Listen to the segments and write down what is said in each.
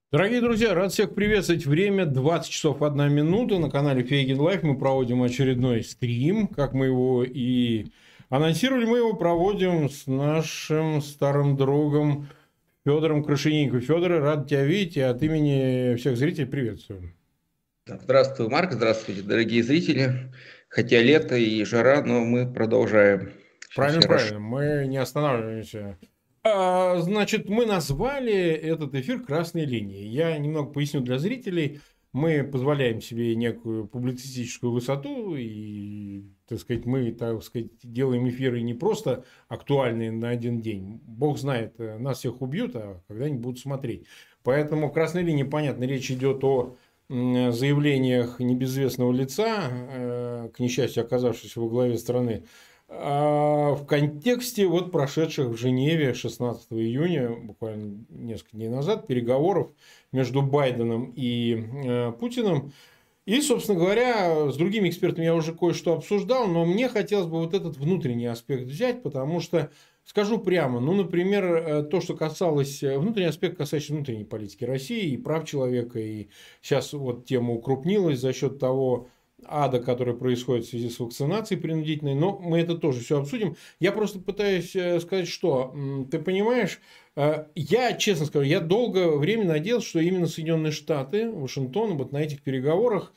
Дорогие друзья, рад всех приветствовать. Время 20 часов 1 минута. На канале Фейгин Лайф мы проводим очередной стрим. Как мы его и анонсировали, мы его проводим с нашим старым другом Федором Крашенинниковым. Федор, рад тебя видеть и от имени всех зрителей приветствую. Здравствуй, Марк, здравствуйте, дорогие зрители. Хотя лето и жара, но мы продолжаем. Сейчас Правильно, я правильно, мы не останавливаемся. Значит, мы назвали этот эфир «Красной линией». Я немного поясню для зрителей. Мы позволяем себе некую публицистическую высоту, и, так сказать, мы, так сказать, делаем эфиры не просто актуальные на один день. Бог знает, нас всех убьют, а когда-нибудь будут смотреть. Поэтому «Красной линии», понятно, речь идет о заявлениях небезызвестного лица, к несчастью, оказавшегося во главе страны, в контексте вот прошедших в Женеве 16 июня, буквально несколько дней назад, переговоров между Байденом и Путиным. И, собственно говоря, с другими экспертами я уже кое-что обсуждал, но мне хотелось бы вот этот внутренний аспект взять, потому что, скажу прямо, ну, например, то, что касалось, внутренний аспект, касающийся внутренней политики России и прав человека, и сейчас вот тема укрупнилась за счет того ада, который происходит в связи с вакцинацией принудительной, но мы это тоже все обсудим. Я просто пытаюсь сказать, что ты понимаешь, я, честно скажу, я долгое время надеялся, что именно Соединенные Штаты, Вашингтон, вот на этих переговорах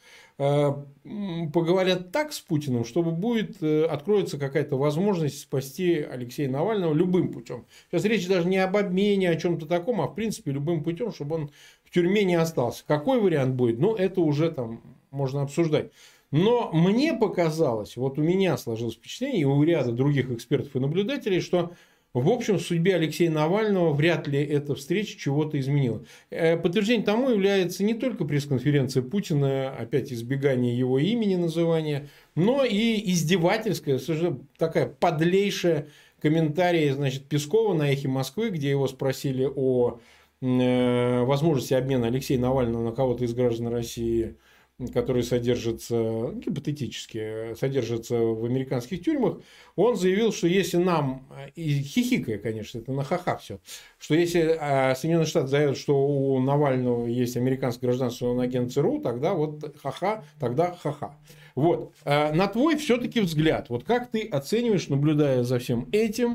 поговорят так с Путиным, чтобы откроется какая-то возможность спасти Алексея Навального любым путем. Сейчас речь даже не об обмене, о чем-то таком, а в принципе любым путем, чтобы он в тюрьме не остался. Какой вариант будет? Ну, это уже там можно обсуждать. Но мне показалось, вот у меня сложилось впечатление, и у ряда других экспертов и наблюдателей, что в общем, в судьбе Алексея Навального вряд ли эта встреча чего-то изменила. Подтверждением тому является не только пресс-конференция Путина, опять избегание его имени называния, но и издевательская, совершенно такая подлейшая комментарий, значит, Пескова на «Эхе Москвы», где его спросили о возможности обмена Алексея Навального на кого-то из граждан России, который содержится, гипотетически, содержится в американских тюрьмах, он заявил, что если нам, и хихикая, конечно, это на ха-ха все, что если Соединенные Штаты заявят, что у Навального есть американское гражданство, он агент ЦРУ, тогда вот ха-ха, тогда ха-ха. Вот. На твой все-таки взгляд, вот как ты оцениваешь, наблюдая за всем этим,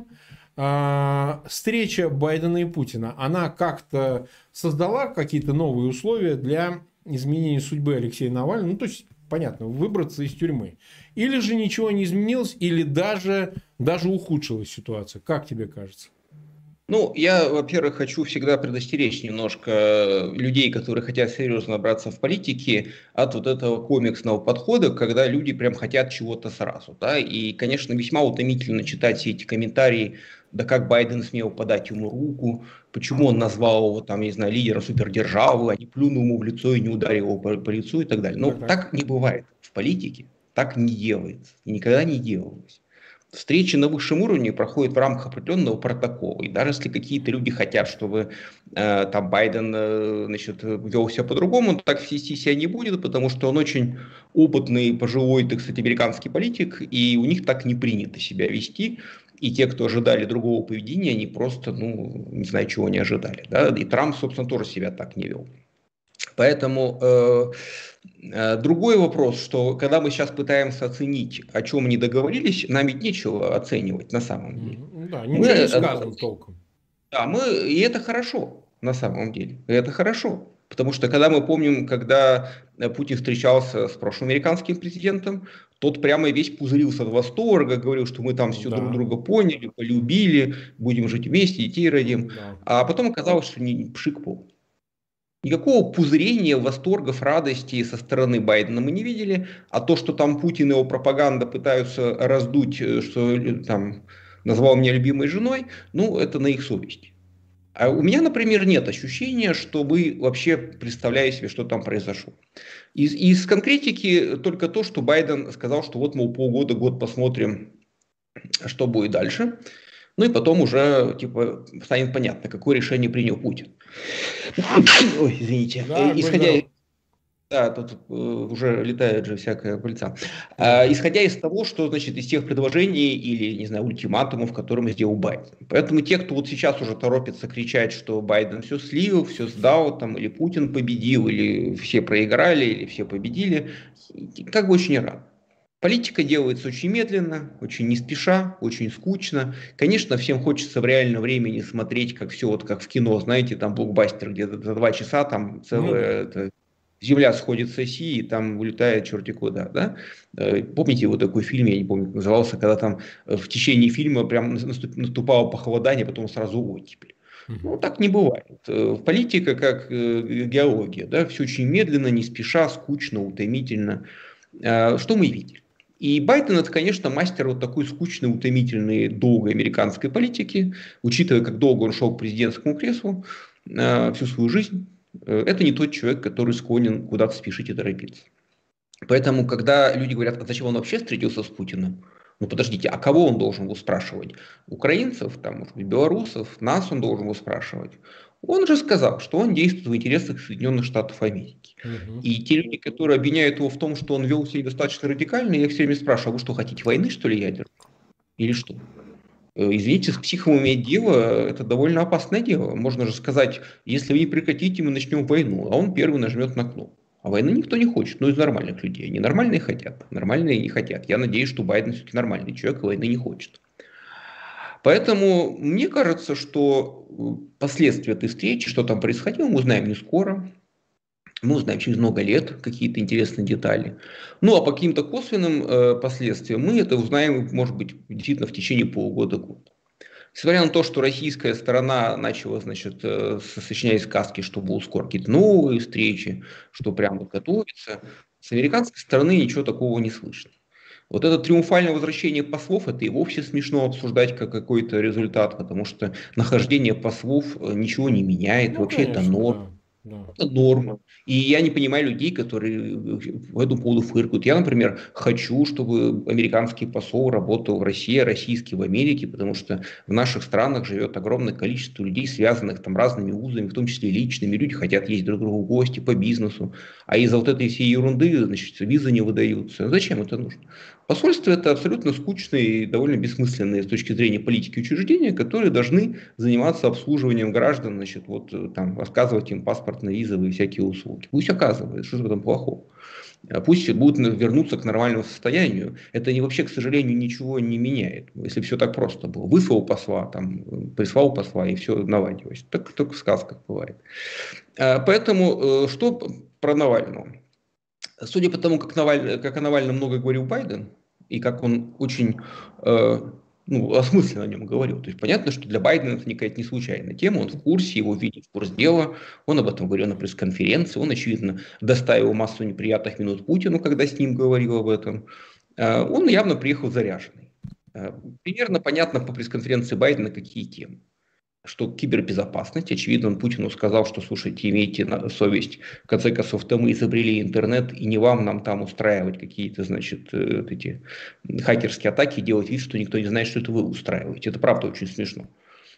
встреча Байдена и Путина, она как-то создала какие-то новые условия для изменения судьбы Алексея Навального, ну, то есть, понятно, выбраться из тюрьмы. Или же ничего не изменилось, или даже ухудшилась ситуация. Как тебе кажется? Ну, я, во-первых, хочу всегда предостеречь немножко людей, которые хотят серьезно браться в политике, от вот этого комиксного подхода, когда люди прям хотят чего-то сразу. Да? И, конечно, весьма утомительно читать все эти комментарии, да как Байден смел подать ему руку, почему он назвал его, там, я не знаю, лидера супердержавы, а не плюнул ему в лицо и не ударил его по лицу и так далее. Но Так, так. так не бывает в политике, так не делается и никогда не делалось. Встречи на высшем уровне проходят в рамках определенного протокола. И даже если какие-то люди хотят, чтобы там Байден значит, вел себя по-другому, он так вести себя не будет, потому что он очень опытный, пожилой, так сказать, американский политик, и у них так не принято себя вести. И те, кто ожидали другого поведения, они просто, ну, не знаю, чего не ожидали. Да? И Трамп, собственно, тоже себя так не вел. Поэтому другой вопрос, что когда мы сейчас пытаемся оценить, о чем они договорились, нам ведь нечего оценивать на самом деле. Да, Мы, ничего не сказано толком. да, и это хорошо на самом деле. И это хорошо. Потому что когда мы помним, когда Путин встречался с прошлым американским президентом, тот прямо весь пузырился от восторга, говорил, что мы там все друг Да, друга поняли, полюбили, будем жить вместе, детей родим. да. А потом оказалось, что не пшик пол. Никакого пузырения, восторгов, радости со стороны Байдена мы не видели, а то, что там Путин и его пропаганда пытаются раздуть, что там назвал меня любимой женой, ну, это на их совести. А у меня, например, нет ощущения, что вы вообще представляете себе, что там произошло. Из конкретики только то, что Байден сказал, что вот, мол, полгода, год посмотрим, что будет дальше. Ну и потом уже типа станет понятно, какое решение принял Путин. Ой, извините. Да, будь Исходя, здоров. Да, тут уже летает же всякая пыльца. Да. Исходя из того, что, значит, из тех предложений или, не знаю, ультиматумов, которые сделал Байден. Поэтому те, кто вот сейчас уже торопится кричать, что Байден все слил, все сдал, там, или Путин победил, или все проиграли, или все победили, как бы очень не рад. Политика делается очень медленно, очень не спеша, очень скучно. Конечно, всем хочется в реальном времени смотреть, как все вот как в кино, знаете, там блокбастер, где за 2 часа там Ну да. целая Земля сходит с оси, и там улетает черти куда, да? Помните вот такой фильм, я не помню, как назывался, когда там в течение фильма прям наступало похолодание, потом сразу оттепель. Ну, Мгм. так не бывает. Политика как геология, да, все очень медленно, не спеша, скучно, утомительно. Что мы видели? И Байден это, конечно, мастер вот такой скучной, утомительной, долгой американской политики, учитывая, как долго он шел к президентскому креслу всю свою жизнь. Это не тот человек, который склонен куда-то спешить и торопиться. Поэтому, когда люди говорят, а зачем он вообще встретился с Путиным? Ну подождите, а кого он должен был спрашивать? Украинцев, там, может быть, белорусов, нас он должен был спрашивать. Он же сказал, что он действует в интересах Соединенных Штатов Америки. Мгм. И те люди, которые обвиняют его в том, что он вел себя достаточно радикально, я их все время спрашиваю, а вы что, хотите войны, что ли, ядерной? Или что? Извините, с психом иметь дело, это довольно опасное дело. Можно же сказать, если вы не прекратите, мы начнем войну, а он первый нажмет на кнопку. А войны никто не хочет, ну из нормальных людей. Ненормальные хотят, нормальные не хотят. Я надеюсь, что Байден все-таки нормальный человек, и войны не хочет. Поэтому мне кажется, что последствия этой встречи, что там происходило, мы узнаем не скоро. Мы узнаем через много лет какие-то интересные детали. Ну, а по каким-то косвенным последствиям мы это узнаем, может быть, действительно в течение полугода-года. Несмотря на то, что российская сторона начала, значит, сочинять сказки, что будут скоро какие-то новые встречи, что прямо готовится, с американской стороны ничего такого не слышно. Вот это триумфальное возвращение послов, это и вовсе смешно обсуждать как какой-то результат, потому что нахождение послов ничего не меняет, Ну, вообще это конечно, норма. да. Да. Это норма. И я не понимаю людей, которые по этому поводу фыркают. Я, например, хочу, чтобы американский посол работал в России, а российский в Америке, потому что в наших странах живет огромное количество людей, связанных там разными узами, в том числе личными. Люди хотят ездить друг к другу в гости по бизнесу. А из-за вот этой всей ерунды, значит, визы не выдаются. Зачем это нужно? Посольство это абсолютно скучные и довольно бессмысленные с точки зрения политики учреждения, которые должны заниматься обслуживанием граждан, значит, вот там оказывать им паспортные, визовые всякие услуги. Пусть оказывают, что же в этом плохого? Пусть будут вернуться к нормальному состоянию. Это не, вообще, к сожалению, ничего не меняет. Если все так просто было. Выслал посла, там, прислал посла, и все наладилось. Так только в сказках бывает. Поэтому, что про Навального? Судя по тому, как о Навальном много говорил Байден, и как он очень ну, осмысленно о нем говорил. То есть понятно, что для Байдена это какая-то не случайная тема, он в курсе, его видит в курс дела, он об этом говорил на пресс-конференции, он, очевидно, доставил массу неприятных минут Путину, когда с ним говорил об этом. Он явно приехал заряженный. Примерно понятно по пресс-конференции Байдена, какие темы, что кибербезопасность. Очевидно, он Путину сказал, что, слушайте, имейте совесть, в конце концов-то мы изобрели интернет, и не вам нам там устраивать какие-то, значит, эти хакерские атаки, делать вид, что никто не знает, что это вы устраиваете. Это правда очень смешно.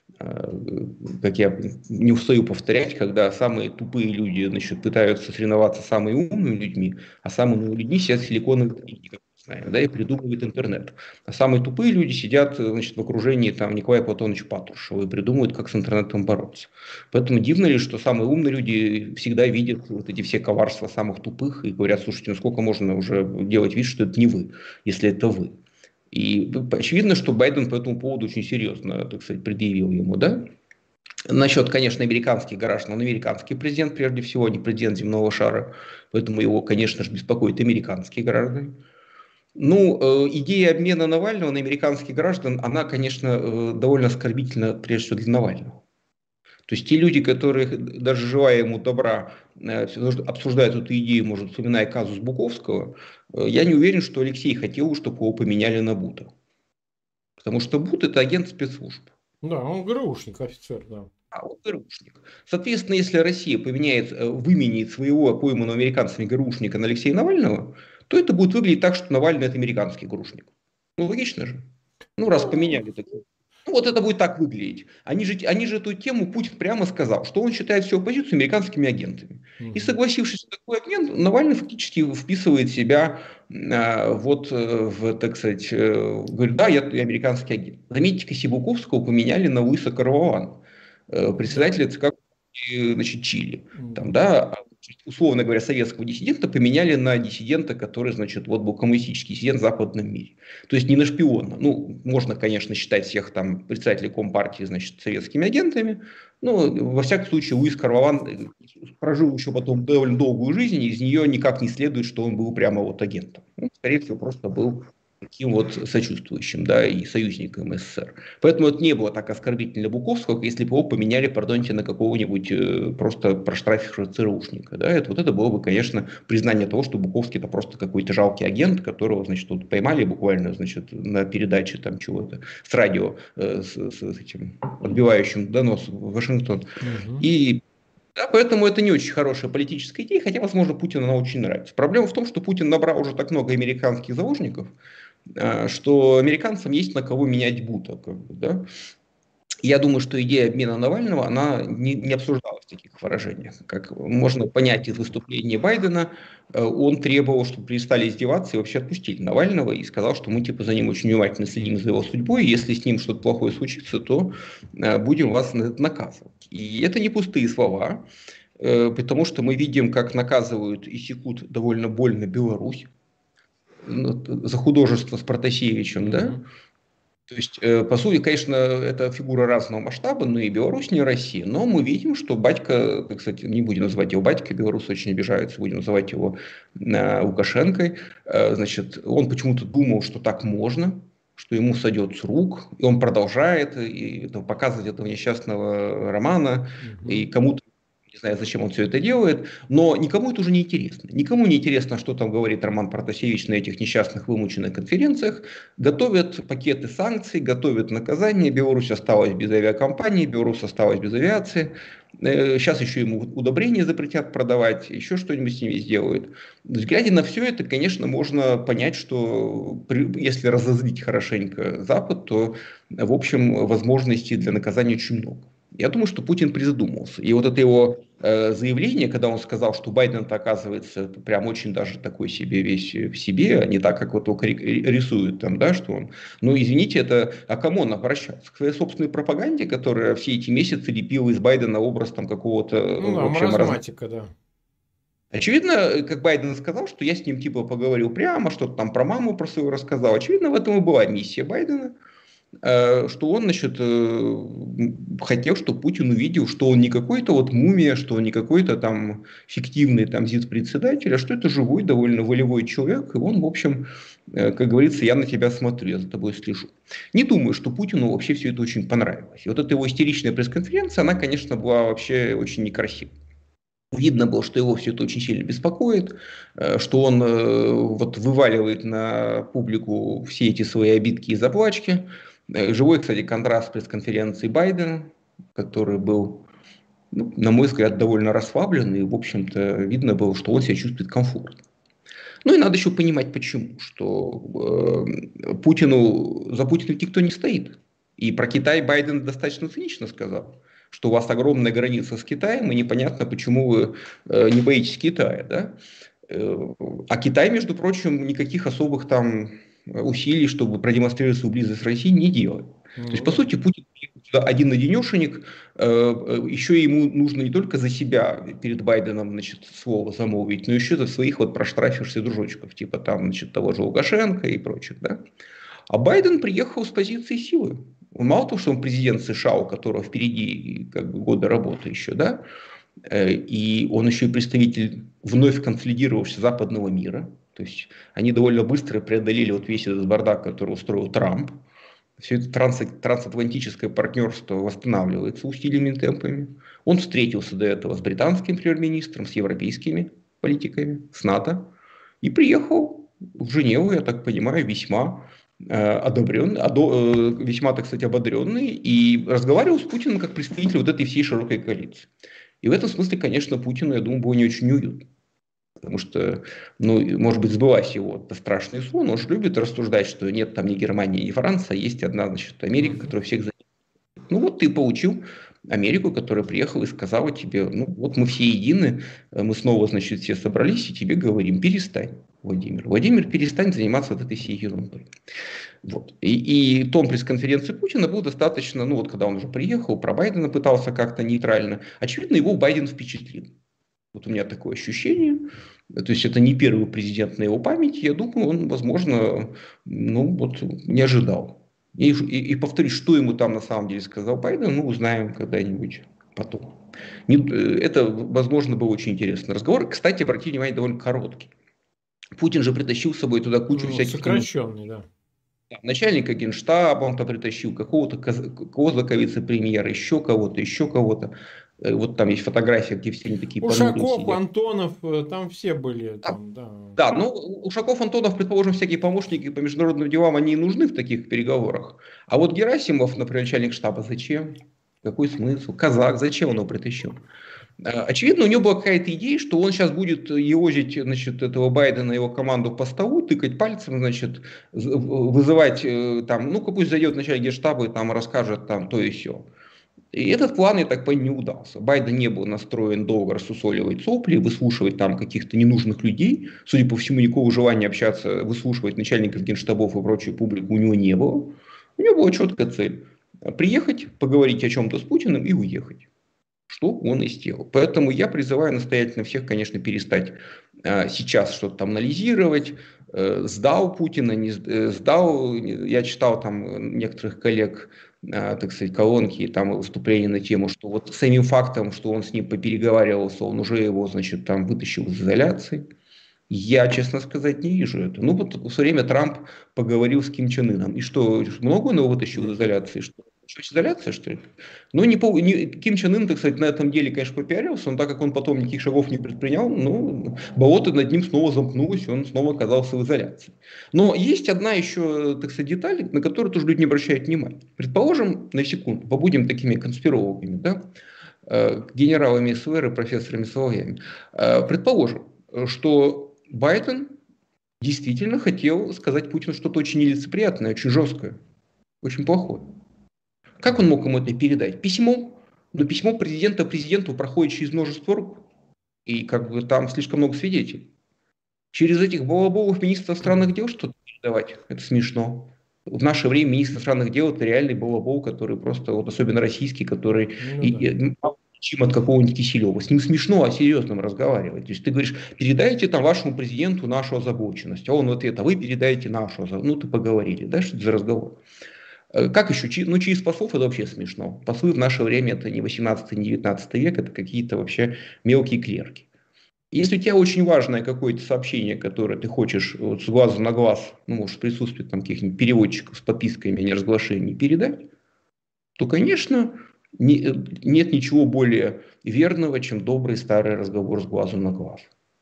Как я не устаю повторять, когда самые тупые люди, значит, пытаются соревноваться с самыми умными людьми, а самые умные люди сидят в силиконовых долинах, знаем, да, и придумывают интернет. А самые тупые люди сидят, значит, в окружении там Николая Платоновича Патрушева и придумывают, как с интернетом бороться. Поэтому дивно ли, что самые умные люди всегда видят вот эти все коварства самых тупых и говорят, слушайте, ну сколько можно уже делать вид, что это не вы, если это вы. И очевидно, что Байден по этому поводу очень серьезно, так сказать, предъявил ему, да? Насчет, конечно, американских граждан. Он американский президент, прежде всего, а не президент земного шара. Поэтому его, конечно же, беспокоит американские граждане. Ну, идея обмена Навального на американских граждан, она, конечно, довольно оскорбительна, прежде всего, для Навального. То есть те люди, которые, даже желая ему добра, обсуждают эту идею, может, вспоминая казус Буковского, я не уверен, что Алексей хотел, чтобы его поменяли на Бута. Потому что Бут это агент спецслужб. Да, он ГРУшник, офицер, да. А он ГРУшник. Соответственно, если Россия поменяет, выменяет своего пойманного американцами ГРУшника на Алексея Навального, то это будет выглядеть так, что Навальный это американский ГРУшник. Ну, логично же. Ну, раз Ну, поменяли такие. Ну, вот это будет так выглядеть. Они же эту тему Путин прямо сказал, что он считает всю оппозицию американскими агентами. И Мгм. согласившись на такой обмен, Навальный фактически вписывает себя так сказать, говорит, да, я американский агент. Заметьте-ка, Сибуковского поменяли на Луиса Карвалана, Да. председателя ЦК, значит, Чили. Там, Мгм. да, условно говоря, советского диссидента поменяли на диссидента, который, значит, вот был коммунистический диссидент в западном мире. То есть не на шпиона. Ну, можно, конечно, считать всех там представителей Компартии, значит, советскими агентами, но, во всяком случае, Луис Карлован прожил еще потом довольно долгую жизнь, и из нее никак не следует, что он был прямо вот агентом. Он, скорее всего, просто был таким вот сочувствующим, да, и союзником СССР. Поэтому это не было так оскорбительно для Буковского, как если бы его поменяли, пардоньте, на какого-нибудь просто проштрафившего ЦРУшника. Да? Вот это было бы, конечно, признание того, что Буковский это просто какой-то жалкий агент, которого, значит, тут поймали буквально, значит, на передаче там чего-то с радио, с этим отбивающим донос в Вашингтон. Мгм. И да, поэтому это не очень хорошая политическая идея, хотя, возможно, Путину она очень нравится. Проблема в том, что Путин набрал уже так много американских заложников, что американцам есть на кого менять Бута. Как бы, да? Я думаю, что идея обмена Навального, она не обсуждалась в таких выражениях. Как можно понять из выступления Байдена, он требовал, чтобы перестали издеваться и вообще отпустили Навального, и сказал, что мы типа за ним очень внимательно следим за его судьбой, и если с ним что-то плохое случится, то будем вас наказывать. И это не пустые слова, потому что мы видим, как наказывают и секут довольно больно Беларусь, ну, за художество с Протасевичем, да, Мгм. то есть, по сути, конечно, это фигура разного масштаба, но и Беларусь не Россия. Но мы видим, что батька, кстати, не будем называть его батькой, белорусы очень обижаются, будем называть его Лукашенкой. Значит, он почему-то думал, что так можно, что ему сойдет с рук, и он продолжает показывать этого несчастного Романа, и Мгм. кому-то не знаю, зачем он все это делает, но никому это уже не интересно. Никому не интересно, что там говорит Роман Протасевич на этих несчастных вымученных конференциях. Готовят пакеты санкций, готовят наказания. Беларусь осталась без авиакомпании, Беларусь осталась без авиации. Сейчас еще ему удобрения запретят продавать, еще что-нибудь с ними сделают. Глядя на все это, конечно, можно понять, что если разозлить хорошенько Запад, то, в общем, возможностей для наказания очень много. Я думаю, что Путин призадумался. И вот это его заявление, когда он сказал, что Байден-то оказывается прям очень даже такой себе весь в себе, а не так, как вот только рисуют там, да, что он. Ну, извините, это, а кому он обращался? К своей собственной пропаганде, которая все эти месяцы лепила из Байдена образ там какого-то, Ну да, вообще маразма. маразматика, да. Очевидно, как Байден сказал, что я с ним типа поговорил прямо, что-то там про маму про свою рассказал. Очевидно, в этом и была миссия Байдена, что он, значит, хотел, чтобы Путин увидел, что он не какой-то вот мумия, что он не какой-то там фиктивный там зиц-председатель, а что это живой, довольно волевой человек, и он, в общем, как говорится, я на тебя смотрю, я за тобой слежу. Не думаю, что Путину вообще все это очень понравилось. И вот эта его истеричная пресс-конференция, она, конечно, была вообще очень некрасивой. Видно было, что его все это очень сильно беспокоит, что он вот вываливает на публику все эти свои обидки и заплачки. Живой, кстати, контраст пресс-конференции Байдена, который был, ну, на мой взгляд, довольно расслаблен, и, в общем-то, видно было, что он себя чувствует комфортно. Ну и надо еще понимать, почему, что за Путиным никто не стоит. И про Китай Байден достаточно цинично сказал, что у вас огромная граница с Китаем, и непонятно, почему вы не боитесь Китая. Да? А Китай, между прочим, никаких особых там усилий, чтобы продемонстрировать свою близость с Россией, не делает. То есть, Ну по да. сути, Путин приехал сюда один-одинешенек, еще ему нужно не только за себя перед Байденом, значит, слово замолвить, но еще за своих вот проштрафившихся дружочков, типа там, значит, того же Лукашенко и прочих, да. А Байден приехал с позиции силы. Он мало того, что он президент США, у которого впереди как бы годы работы еще, да, и он еще и представитель вновь консолидировавшегося западного мира. То есть они довольно быстро преодолели вот весь этот бардак, который устроил Трамп. Все это трансатлантическое партнерство восстанавливается усиленными темпами. Он встретился до этого с британским премьер-министром, с европейскими политиками, с НАТО. И приехал в Женеву, я так понимаю, весьма, так сказать, ободренный. И разговаривал с Путиным как представитель вот этой всей широкой коалиции. И в этом смысле, конечно, Путину, я думаю, было не очень уютно. Потому что, ну, может быть, сбылась его страшный сон. Он же любит рассуждать, что нет там ни Германии, ни Франции, а есть одна, значит, Америка, Мгм. которая всех занимает. Ну вот ты получил Америку, которая приехала и сказала тебе, ну вот мы все едины, мы снова, значит, все собрались и тебе говорим, перестань, Владимир. Владимир, перестань заниматься вот этой всей ерундой. Вот. И тон пресс-конференции Путина был достаточно, ну вот когда он уже приехал, про Байдена пытался как-то нейтрально. Очевидно, его Байден впечатлил. Вот у меня такое ощущение. То есть это не первый президент на его памяти. Я думаю, он, возможно, ну вот не ожидал. И повторюсь, что ему там на самом деле сказал Байден, мы узнаем когда-нибудь потом. Это, возможно, был очень интересный разговор. Кстати, обратите внимание, довольно короткий. Путин же притащил с собой туда кучу Ну, всяких сокращенный, да. начальника генштаба, он-то притащил какого-то Козлака, вице-премьера, еще кого-то, еще кого-то. Вот там есть фотография, где все они такие понурые Ушаков, сидят. Антонов, там все были, Да, там, да. да, ну, Ушаков, Антонов, предположим, всякие помощники по международным делам, они и нужны в таких переговорах. А вот Герасимов, например, начальник штаба, зачем? Какой смысл? Казак, зачем он его притащил? Очевидно, у него была какая-то идея, что он сейчас будет ежить, значит, этого Байдена и его команду по столу, тыкать пальцем, значит, вызывать там, ну, пусть зайдет начальник генштаба и там расскажет там то и все. И этот план, я так понимаю, не удался. Байден не был настроен долго рассусоливать сопли, выслушивать там каких-то ненужных людей. Судя по всему, никакого желания общаться, выслушивать начальников генштабов и прочую публику у него не было. У него была четкая цель. Приехать, поговорить о чем-то с Путиным и уехать. Что он и сделал. Поэтому я призываю настоятельно всех, конечно, перестать сейчас что-то там анализировать. Сдал Путина, не сдал. Я читал там некоторых коллег, так сказать, колонки, там выступления на тему, что вот самим фактом, что он с ним попереговаривался, он уже его, значит, там вытащил из изоляции. Я, честно сказать, не вижу это. Ну, вот все время Трамп поговорил с Ким Чен Ыном. И что, много он его вытащил из изоляции? Что, изоляция, что ли? Ну, Ким Чен Ын, так сказать, на этом деле, конечно, попиарился, но так как он потом никаких шагов не предпринял, ну, болото над ним снова замкнулось, и он снова оказался в изоляции. Но есть одна еще, так сказать, деталь, на которую тоже люди не обращают внимания. Предположим, на секунду, побудем такими конспирологами, да, генералами СВР и профессорами Соловьями. Предположим, что Байден действительно хотел сказать Путину что-то очень нелицеприятное, очень жесткое, очень плохое. Как он мог ему это передать? Письмом? Но письмо президента президенту проходит через множество рук. И как бы там слишком много свидетелей. Через этих балаболов министра иностранных дел что-то передавать? Это смешно. В наше время министр иностранных дел это реальный балабол, который просто, вот особенно российский, который Ну, да. чем от какого-нибудь Киселева. С ним смешно о серьезном разговаривать. То есть ты говоришь, передайте там вашему президенту нашу озабоченность, а он в ответ, а вы передайте нашу озабоченность. Ну, ты поговорили, да, что это за разговор? Как еще? Ну, через послов это вообще смешно. Послы в наше время это не 18, не 19 век, это какие-то вообще мелкие клерки. Если у тебя очень важное какое-то сообщение, которое ты хочешь вот с глазу на глаз, ну, может, в присутствии там каких-нибудь переводчиков с подписками о неразглашении передать, то, конечно, нет ничего более верного, чем добрый старый разговор с глазу на глаз.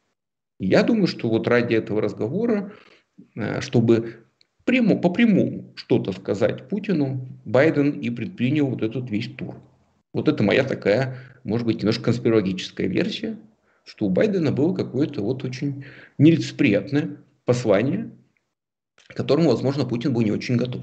Я думаю, что вот ради этого разговора, чтобы по прямому что-то сказать Путину, Байден и предпринял вот этот весь тур. Вот это моя такая, может быть, немножко конспирологическая версия, что у Байдена было какое-то вот очень нелицеприятное послание, к которому, возможно, Путин был не очень готов.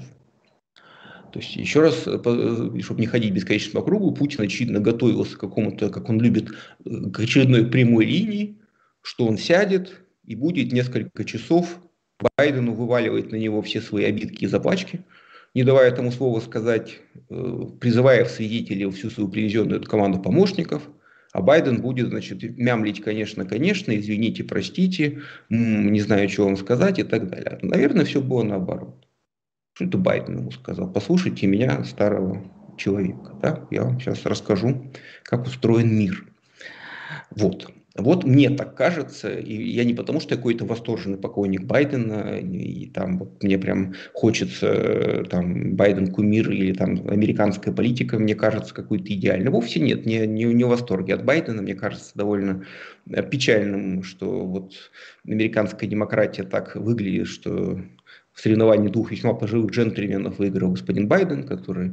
То есть, еще раз, чтобы не ходить бесконечно по кругу, Путин, очевидно, готовился к какому-то, как он любит, к очередной прямой линии, что он сядет и будет несколько часов Байдену вываливать на него все свои обидки и заплачки, не давая этому слова сказать, призывая в свидетели всю свою привезенную эту команду помощников, а Байден будет, значит, мямлить, конечно, извините, простите, не знаю, что вам сказать и так далее. Наверное, все было наоборот. Что это Байден ему сказал? Послушайте меня, старого человека. Да? Я вам сейчас расскажу, как устроен мир. Вот. Вот мне так кажется, и я не потому, что я какой-то восторженный поклонник Байдена, и там вот мне прям хочется там Байден кумир или там американская политика, мне кажется, какой-то идеальной. Вовсе нет, не в восторге от Байдена, мне кажется довольно печальным, что вот американская демократия так выглядит, что в соревновании двух весьма пожилых джентльменов выиграл господин Байден, который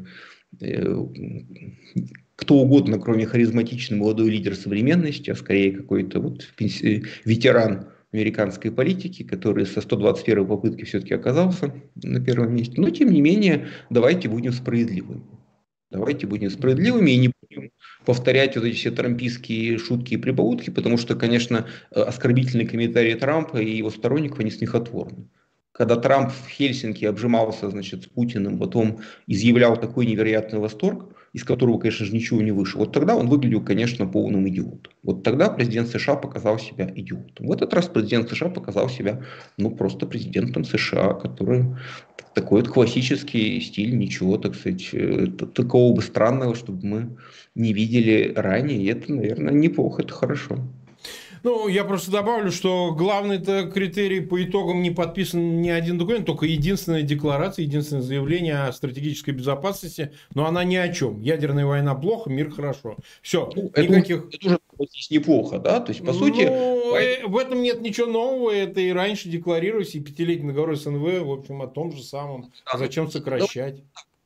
кто угодно, кроме харизматичный молодой лидер современности, а скорее какой-то вот ветеран американской политики, который со 121 попытки все-таки оказался на первом месте. Но, тем не менее, давайте будем справедливыми. Давайте будем справедливыми и не будем повторять вот эти все трампийские шутки и прибаутки, потому что, конечно, оскорбительные комментарии Трампа и его сторонников, они смехотворны. Когда Трамп в Хельсинки обжимался, значит, с Путиным, потом изъявлял такой невероятный восторг, из которого, конечно же, ничего не вышло. Вот тогда он выглядел, конечно, полным идиотом. Вот тогда президент США показал себя идиотом. В этот раз президент США показал себя, ну, просто президентом США, который такой вот классический стиль, ничего, так сказать, такого бы странного, чтобы мы не видели ранее. И это, наверное, неплохо, это хорошо. Ну, я просто добавлю, что главный-то критерий по итогам не подписан ни один документ, только единственная декларация, единственное заявление о стратегической безопасности, но она ни о чем. Ядерная война плохо, мир хорошо. Все, Ну, никаких... это уже здесь неплохо, да? То есть, по сути... в этом нет ничего нового, это и раньше декларировалось, и пятилетний договор СНВ, в общем, о том же самом. Зачем сокращать?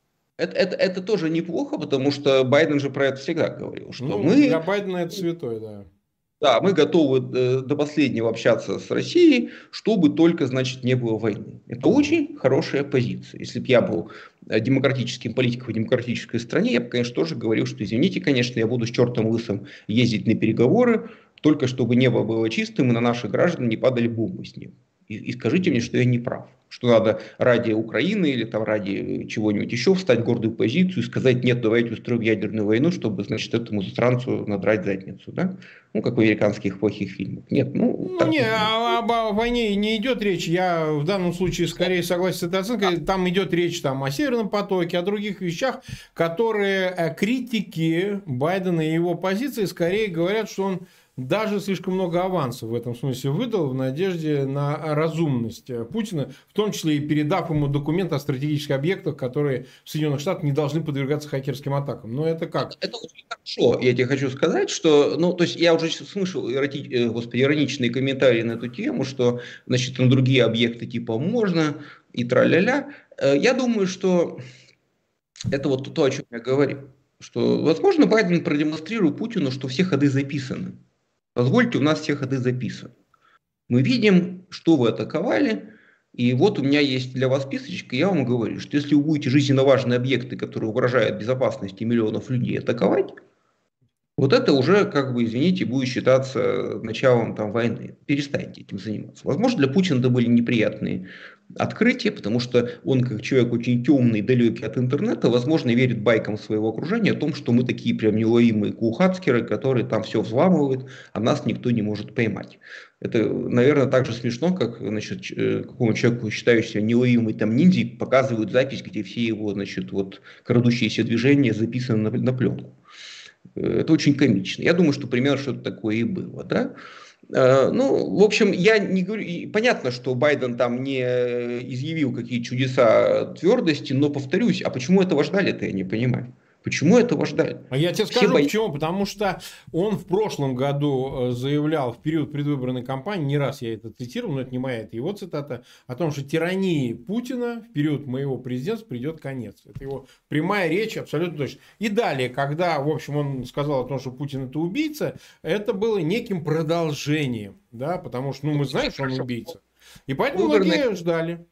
Это тоже неплохо, потому что Байден же про это всегда говорил, что Ну, мы... для Байдена это святое, да. Да, мы готовы до последнего общаться с Россией, чтобы только, значит, не было войны. Это очень хорошая позиция. Если бы я был демократическим политиком в демократической стране, я бы, конечно, тоже говорил, что, извините, конечно, я буду с чертом лысым ездить на переговоры, только чтобы небо было чистым и на наших граждан не падали бомбы с неба. И скажите мне, что я не прав. Что надо ради Украины или там ради чего-нибудь еще встать в гордую позицию и сказать, нет, давайте устроим ядерную войну, чтобы, значит, этому засранцу надрать задницу, да? Ну, как в американских плохих фильмах. Нет, ну, так Не, не о войне не идет речь. Я в данном случае скорее согласен с этой оценкой. Там идет речь там, о Северном потоке, о других вещах, которые критики Байдена и его позиции скорее говорят, что он даже слишком много авансов в этом смысле выдал в надежде на разумность Путина, в том числе и передав ему документ о стратегических объектах, которые в Соединенных Штатах не должны подвергаться хакерским атакам. Но это как? Это очень хорошо. Я тебе хочу сказать, что, ну, то есть я уже слышал ироничные комментарии на эту тему, что, значит, на другие объекты типа можно и тра-ля-ля. Я думаю, что это вот то, о чем я говорил. Что, возможно, Байден продемонстрирует Путину, что все ходы записаны. Позвольте, у нас все ходы записаны. Мы видим, что вы атаковали, и вот у меня есть для вас списочек, и я вам говорю, что если вы будете жизненно важные объекты, которые угрожают безопасности миллионов людей, атаковать, вот это уже, как бы, извините, будет считаться началом там, войны. Перестаньте этим заниматься. Возможно, для Путина это были неприятные открытия, потому что он, как человек очень темный, далекий от интернета, возможно, верит байкам своего окружения о том, что мы такие прям неуловимые кухацкеры, которые там все взламывают, а нас никто не может поймать. Это, наверное, так же смешно, как, значит, какому-то человеку, считающемуся неуловимый там ниндзей, показывают запись, где все его, значит, вот крадущиеся движения записаны на пленку. Это очень комично. Я думаю, что примерно что-то такое и было, да? Ну, в общем, я не говорю, понятно, что Байден там не изъявил какие чудеса твердости, но повторюсь, а почему этого ждали-то, я не понимаю. Почему этого ждали? А я тебе скажу почему. Потому что он в прошлом году заявлял в период предвыборной кампании, не раз я это цитировал, но это не моя, это его цитата, о том, что тирании Путина в период моего президентства придет конец. Это его прямая речь, абсолютно точно. И далее, когда, в общем, он сказал о том, что Путин это убийца, это было неким продолжением, да, потому что, ну, мы знаем, что он убийца. И поэтому многие ждали.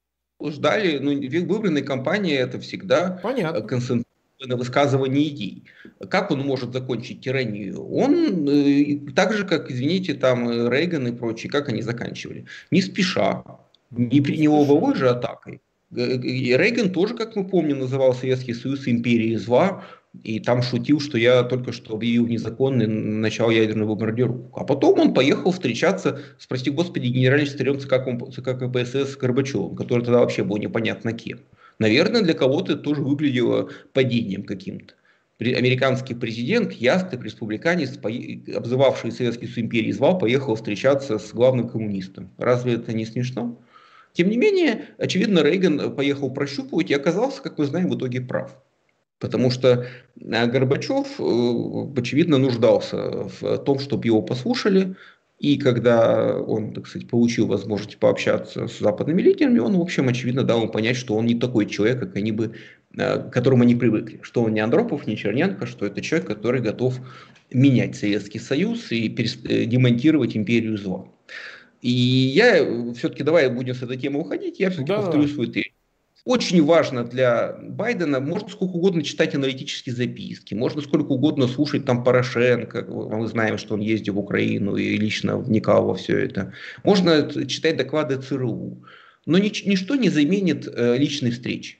Ждали, ну, выборная кампания это всегда концентрация на высказывание идей. Как он может закончить тиранию? Он так же, как, извините, там Рейган и прочие, как они заканчивали? Не спеша, не лобовой же атакой. И Рейган тоже, как мы помним, называл Советский Союз империей зла, и там шутил, что я только что объявил незаконный начало ядерной бомбардировки. А потом он поехал встречаться с, прости господи, генеральным секретарем ЦК КПСС Горбачевым, который тогда вообще был непонятно кем. Наверное, для кого-то это тоже выглядело падением каким-то. Американский президент, ястреб, республиканец, обзывавший Советский Союз империей зла, поехал встречаться с главным коммунистом. Разве это не смешно? Тем не менее, очевидно, Рейган поехал прощупывать и оказался, как мы знаем, в итоге прав. Потому что Горбачев, очевидно, нуждался в том, чтобы его послушали. И когда он, так сказать, получил возможность пообщаться с западными лидерами, он, в общем, очевидно, дал им понять, что он не такой человек, как они бы, к которому они привыкли. Что он не Андропов, не Черненко, что это человек, который готов менять Советский Союз и демонтировать империю зла. И я все-таки, давай будем с этой темы уходить, я все-таки повторю свою тезис. Очень важно для Байдена, можно сколько угодно читать аналитические записки, можно сколько угодно слушать там Порошенко, мы знаем, что он ездил в Украину и лично вникал во все это. Можно читать доклады ЦРУ, но ничто не заменит личной встречи.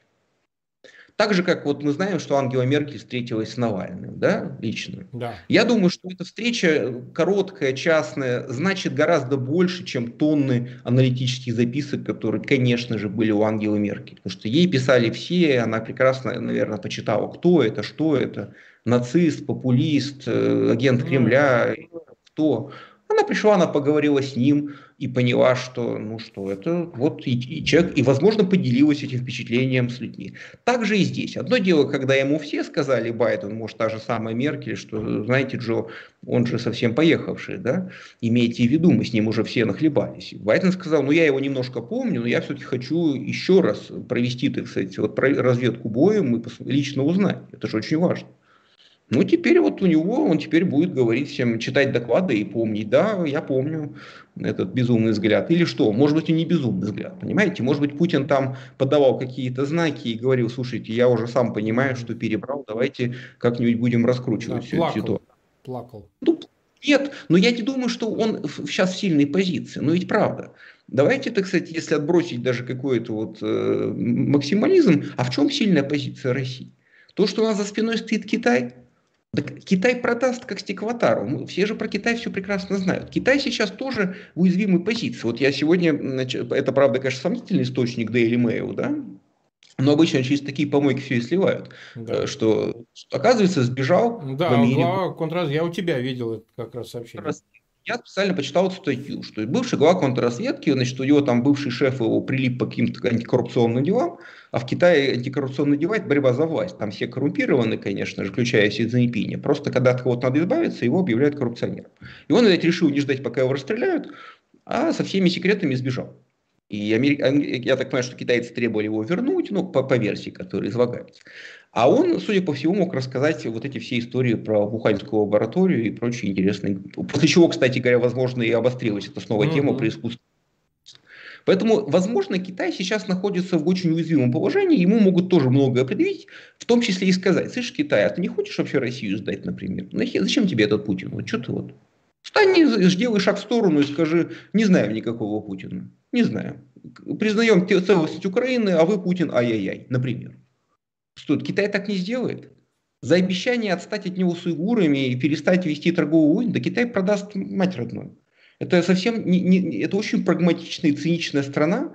Так же, как вот мы знаем, что Ангела Меркель встретилась с Навальным, да, лично. Да. Я думаю, что эта встреча короткая, частная, значит гораздо больше, чем тонны аналитических записок, которые, конечно же, были у Ангелы Меркель. Потому что ей писали все, она прекрасно, наверное, почитала, кто это, что это, нацист, популист, агент Кремля, кто. Она пришла, она поговорила с ним и поняла, что, ну что, это вот и человек, и, возможно, поделилась этим впечатлением с людьми. Так же и здесь. Одно дело, когда ему все сказали, Байден, может, та же самая Меркель, что, знаете, Джо, он же совсем поехавший, да, имейте в виду, мы с ним уже все нахлебались. Байден сказал, ну я его немножко помню, но я все-таки хочу еще раз провести, так сказать, вот разведку боем и лично узнать. Это же очень важно. Ну, теперь вот у него, он теперь будет говорить всем, читать доклады и помнить, да, я помню этот безумный взгляд. Или что, может быть, и не безумный взгляд, понимаете? Может быть, Путин там подавал какие-то знаки и говорил, слушайте, я уже сам понимаю, что перебрал, давайте как-нибудь будем раскручивать всю эту ситуацию. Плакал. Ну, нет, но я не думаю, что он сейчас в сильной позиции, но ведь правда. Давайте, так сказать, если отбросить даже какой-то вот максимализм, а в чем сильная позиция России? То, что у нас за спиной стоит Китай. Да Китай продаст как стеклотару. Все же про Китай все прекрасно знают. Китай сейчас тоже в уязвимой позиции. Вот я сегодня, это правда, конечно, сомнительный источник Daily Mail, да? Но обычно через такие помойки все и сливают. Да. Что, оказывается, сбежал в Америку. Глава контрразведки. Я у тебя видел это как раз сообщение. Я специально почитал эту статью, что бывший глава контрразведки, значит, у него там бывший шеф его прилип по каким-то антикоррупционным делам, а в Китае антикоррупционные дела – это борьба за власть. Там все коррумпированы, конечно же, включая Си Цзиньпиня. Просто когда от кого-то надо избавиться, его объявляют коррупционером. И он, видать, решил не ждать, пока его расстреляют, а со всеми секретами сбежал. И я так понимаю, что китайцы требовали его вернуть, ну, по версии, которая излагается. А он, судя по всему, мог рассказать вот эти все истории про Вуханьскую лабораторию и прочие интересные. После чего, кстати говоря, возможно, и обострилась эта снова тема про искусство. Поэтому, возможно, Китай сейчас находится в очень уязвимом положении, ему могут тоже многое предъявить, в том числе и сказать, слышь, Китай, а ты не хочешь вообще Россию сдать, например? Зачем тебе этот Путин? Вот что ты вот? Встань, сделай шаг в сторону и скажи, не знаем никакого Путина. Не знаем. Признаем целостность Украины, а вы, Путин, ай-яй-яй, например. Что, Китай так не сделает? За обещание отстать от него с уйгурами и перестать вести торговую войну, да Китай продаст мать родную. Это совсем это очень прагматичная и циничная страна,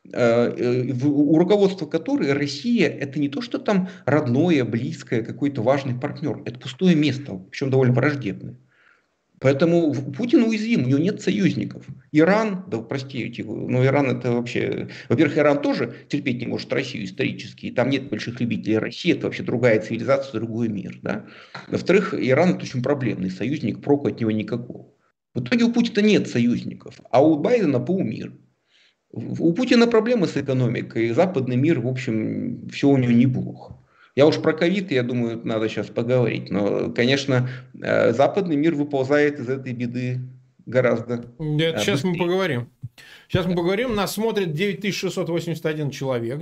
у руководства которой Россия это не то, что там родное, близкое, какой-то важный партнер. Это пустое место, причем довольно враждебное. Поэтому Путин уязвим, у него нет союзников. Иран, да простите, но Иран это вообще... Во-первых, Иран тоже терпеть не может Россию исторически, и там нет больших любителей России, это вообще другая цивилизация, другой мир. Да? Во-вторых, Иран это очень проблемный союзник, проку от него никакого. В итоге у Путина нет союзников, а у Байдена полмир. У Путина проблемы с экономикой, западный мир, в общем, все у него неплохо. Я уж про ковид, я думаю, надо сейчас поговорить. Но, конечно, западный мир выползает из этой беды гораздо сейчас мы поговорим. Сейчас мы поговорим. Нас смотрит 9681 человек.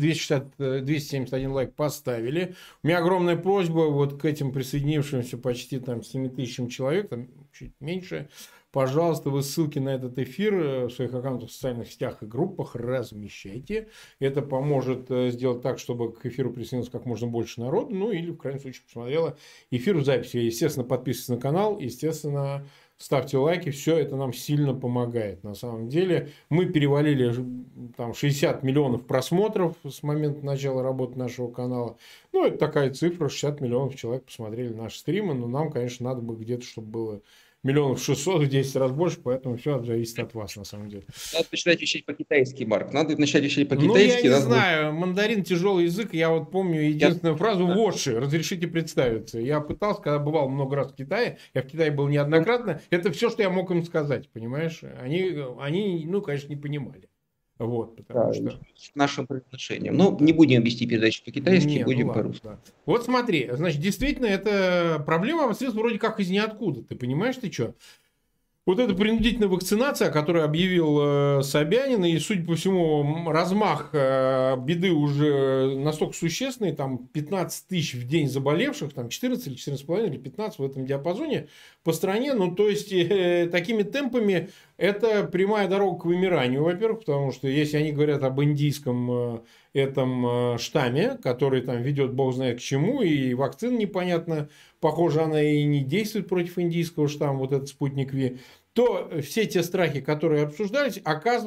2271 лайк поставили. У меня огромная просьба вот к этим присоединившимся почти там 7000 человек, там чуть меньше. Пожалуйста, вы ссылки на этот эфир в своих аккаунтах в социальных сетях и группах размещайте. Это поможет сделать так, чтобы к эфиру присоединилось как можно больше народу. Ну, или, в крайнем случае, посмотрела эфир в записи. Естественно, подписывайтесь на канал. Естественно, ставьте лайки. Все это нам сильно помогает. На самом деле, мы перевалили там 60 миллионов просмотров с момента начала работы нашего канала. Ну, это такая цифра. 60 миллионов человек посмотрели наши стримы. Но нам, конечно, надо бы где-то, чтобы было 1 600 000, в 10 раз больше, поэтому все зависит от вас, на самом деле. Надо начинать вещать по-китайски, Марк. Надо начать вещать по-китайски. Ну, я не знаю. Мандарин тяжелый язык. Я вот помню единственную фразу «Воши». Разрешите представиться. Я пытался, когда бывал много раз в Китае, я в Китае был неоднократно, это все, что я мог им сказать, понимаешь? Они ну, конечно, не понимали. Вот, потому что... С нашим произношением. Но не будем вести передачи по-китайски, будем по-русски. Да. Вот смотри, значит, действительно, эта проблема обострилась вроде как из ниоткуда. Ты понимаешь, ты что? Вот эта принудительная вакцинация, о которой объявил Собянин, и, судя по всему, размах беды уже настолько существенный, там 15 тысяч в день заболевших, там 14 или 14,5 или 15 в этом диапазоне по стране. Ну, то есть, такими темпами это прямая дорога к вымиранию, во-первых, потому что если они говорят об индийском этом штамме, который там ведет бог знает к чему, и вакцина непонятно, похоже, она и не действует против индийского штамма, вот этот спутник Ви, то все те страхи, которые обсуждались,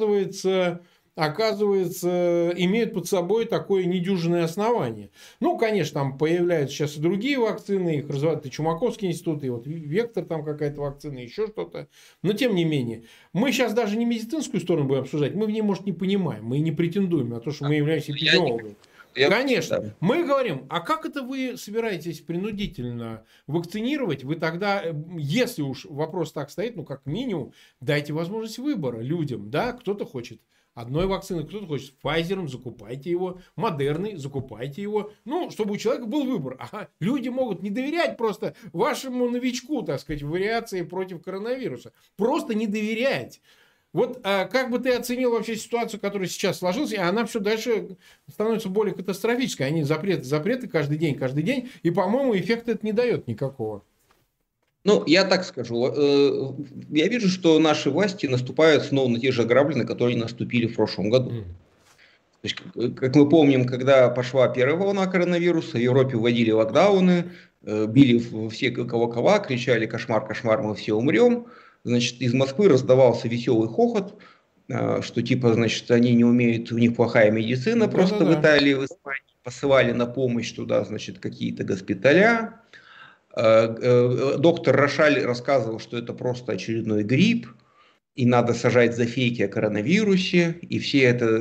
оказывается, имеют под собой такое недюжинное основание. Ну, конечно, там появляются сейчас и другие вакцины, их развивают и Чумаковский институт, и вот Вектор там какая-то вакцина, еще что-то. Но, тем не менее, мы сейчас даже не медицинскую сторону будем обсуждать, мы в ней, может, не понимаем, мы не претендуем на то, что мы являемся эпидемиологами. Конечно. Да. Мы говорим, а как это вы собираетесь принудительно вакцинировать? Вы тогда, если уж вопрос так стоит, ну, как минимум, дайте возможность выбора людям. Да, кто-то хочет одной вакцины, кто-то хочет Pfizer, закупайте его, Модерной, закупайте его. Ну, чтобы у человека был выбор. А люди могут не доверять просто вашему новичку, так сказать, в вариации против коронавируса. Просто не доверять. Вот как бы ты оценил вообще ситуацию, которая сейчас сложилась, и она все дальше становится более катастрофической. Они запреты каждый день, и, по-моему, эффекта это не дает никакого. Ну, я так скажу. Я вижу, что наши власти наступают снова на те же грабли, на которые они наступили в прошлом году. То есть, как мы помним, когда пошла первая волна коронавируса, в Европе вводили локдауны, били все колокола, кричали «кошмар, кошмар, мы все умрем». Значит, из Москвы раздавался веселый хохот, что типа, значит, они не умеют, у них плохая медицина, просто в Италии, в Испании посылали на помощь туда, значит, какие-то госпиталя. Доктор Рошаль рассказывал, что это просто очередной грипп, и надо сажать за фейки о коронавирусе, и вся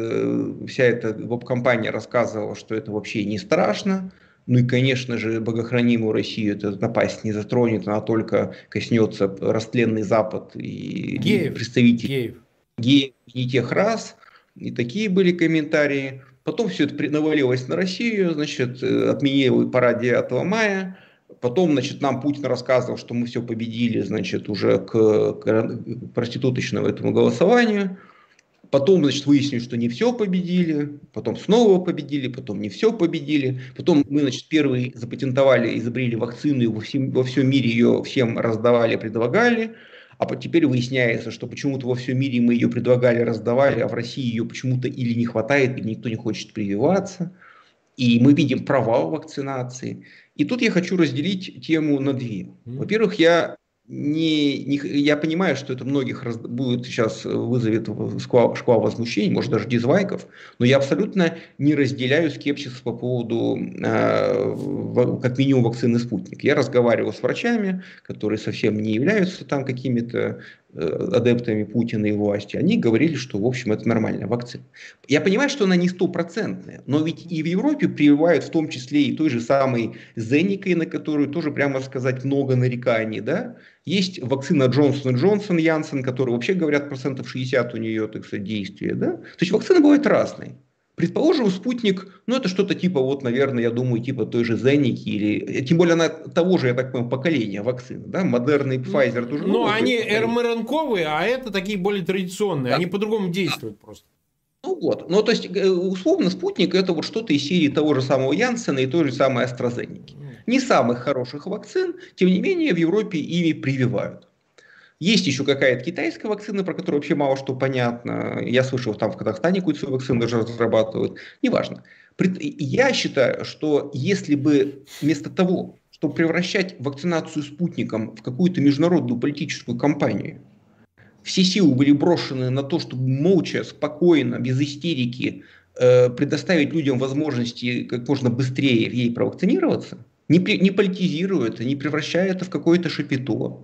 эта веб-компания рассказывала, что это вообще не страшно. Ну и, конечно же, богохранимую Россию эта напасть не затронет, она только коснется растленный Запад и представителей геев не тех рас. И такие были комментарии. Потом все это навалилось на Россию, значит, отменили парад 9 мая. Потом, значит, нам Путин рассказывал, что мы все победили, значит, уже к проституточному этому голосованию. Потом, значит, выяснилось, что не все победили, потом снова победили, потом не все победили. Потом мы, значит, первые запатентовали, изобрели вакцину, и во всем мире ее всем раздавали, предлагали. А теперь выясняется, что почему-то во всем мире мы ее предлагали, раздавали, а в России ее почему-то или не хватает, или никто не хочет прививаться. И мы видим провал вакцинации. И тут я хочу разделить тему на две. Во-первых, я понимаю, что это многих будет сейчас вызовет шквал возмущений, может даже дизлайков, но я абсолютно не разделяю скепсис по поводу, как минимум, вакцины «Спутник». Я разговаривал с врачами, которые совсем не являются там какими-то адептами Путина и власти. Они говорили, что, в общем, это нормальная вакцина. Я понимаю, что она не стопроцентная, но ведь и в Европе прививают в том числе и той же самой Зеникой, на которую тоже, прямо сказать, много нареканий, да? Есть вакцина Джонсон & Джонсон, Янсен, которая вообще, говорят, 60% у нее, так сказать, действия, да? То есть вакцины бывают разные. Предположим, спутник, ну это что-то типа, вот, наверное, я думаю, типа той же Зеники, или, тем более она того же, я так понимаю, поколения вакцин, да, Модерна и Pfizer тоже. Ну, они РМРНковые, а это такие более традиционные, да. Они по-другому действуют просто. Ну вот, ну то есть, условно, спутник это вот что-то из серии того же самого Янсена и той же самой AstraZeneca. Не самых хороших вакцин, тем не менее в Европе ими прививают. Есть еще какая-то китайская вакцина, про которую вообще мало что понятно. Я слышал, там в Казахстане какую-то свою вакцину даже разрабатывают. Неважно. Я считаю, что если бы вместо того, чтобы превращать вакцинацию спутником в какую-то международную политическую кампанию, все силы были брошены на то, чтобы молча, спокойно, без истерики предоставить людям возможности как можно быстрее ей провакцинироваться, не политизируя это, не превращая это в какое-то шапито.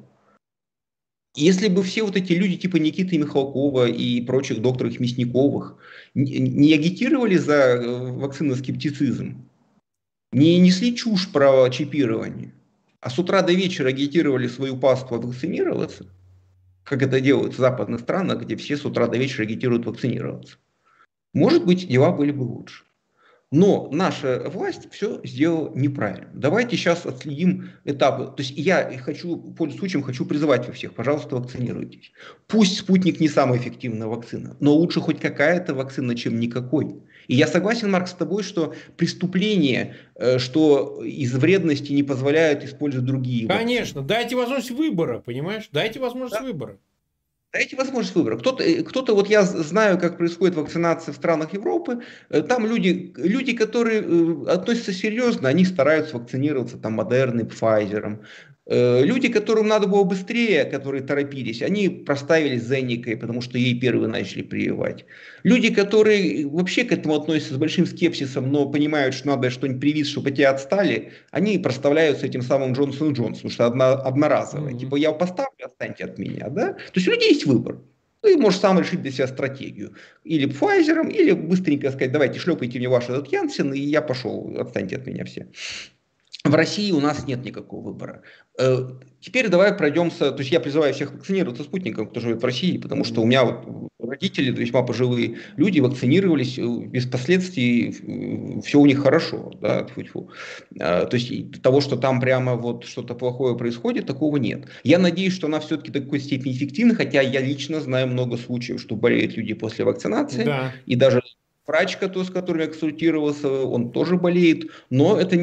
Если бы все вот эти люди типа Никиты Михалкова и прочих докторов Мясниковых не агитировали за вакциноскептицизм, не несли чушь про чипирование, а с утра до вечера агитировали свою паству вакцинироваться, как это делают в западных странах, где все с утра до вечера агитируют вакцинироваться, может быть, дела были бы лучше. Но наша власть все сделала неправильно. Давайте сейчас отследим этапы. То есть я хочу, пользуясь случаем, хочу призывать вы всех, пожалуйста, вакцинируйтесь. Пусть спутник не самая эффективная вакцина, но лучше хоть какая-то вакцина, чем никакой. И я согласен, Марк, с тобой, что преступление, что из вредности не позволяют использовать другие вакцины. Конечно, дайте возможность выбора, понимаешь? Дайте возможность выбора. Дайте возможность выбора. Кто-то, вот я знаю, как происходит вакцинация в странах Европы, там люди, которые относятся серьезно, они стараются вакцинироваться там Модерной, Pfizer. Люди, которым надо было быстрее, которые торопились, они проставили Зеникой, потому что ей первые начали прививать. Люди, которые вообще к этому относятся с большим скепсисом, но понимают, что надо что-нибудь привить, чтобы те отстали, они проставляются этим самым Джонсон Джонсон, потому что одноразовое. Типа я поставлю, отстаньте от меня, да? То есть у людей есть выбор. Ты можешь сам решить для себя стратегию. Или Pfizer, или быстренько сказать, давайте шлепайте мне ваш этот Янсен, и я пошел, отстаньте от меня все. В России у нас нет никакого выбора. Теперь давай пройдемся, то есть я призываю всех вакцинироваться спутником, кто живет в России, потому что у меня вот родители, весьма пожилые люди, вакцинировались без последствий, все у них хорошо, да, тьфу-тьфу. То есть того, что там прямо вот что-то плохое происходит, такого нет. Я надеюсь, что она все-таки до какой степени эффективна, хотя я лично знаю много случаев, что болеют люди после вакцинации, Да. и даже врач, с которым я консультировался, он тоже болеет, но это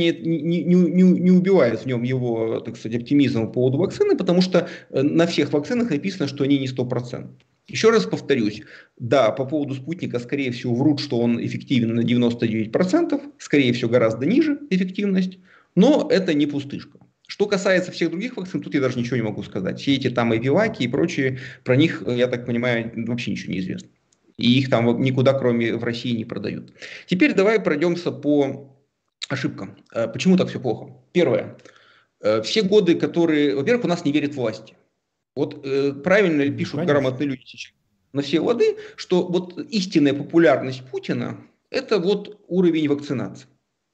не убивает в нем его, так сказать, оптимизм по поводу вакцины, потому что на всех вакцинах написано, что они не 100%. Еще раз повторюсь, да, по поводу спутника, скорее всего, врут, что он эффективен на 99%, скорее всего, гораздо ниже эффективность, но это не пустышка. Что касается всех других вакцин, тут я даже ничего не могу сказать. Все эти там эпиваки и прочие, про них, я так понимаю, вообще ничего не известно. И их там никуда, кроме в России, не продают. Теперь давай пройдемся по ошибкам. Почему так все плохо? Первое. Все годы, которые... Во-первых, у нас не верят власти. Вот правильно пишут Конечно. грамотные люди сейчас на все лады, что вот истинная популярность Путина – это вот уровень вакцинации.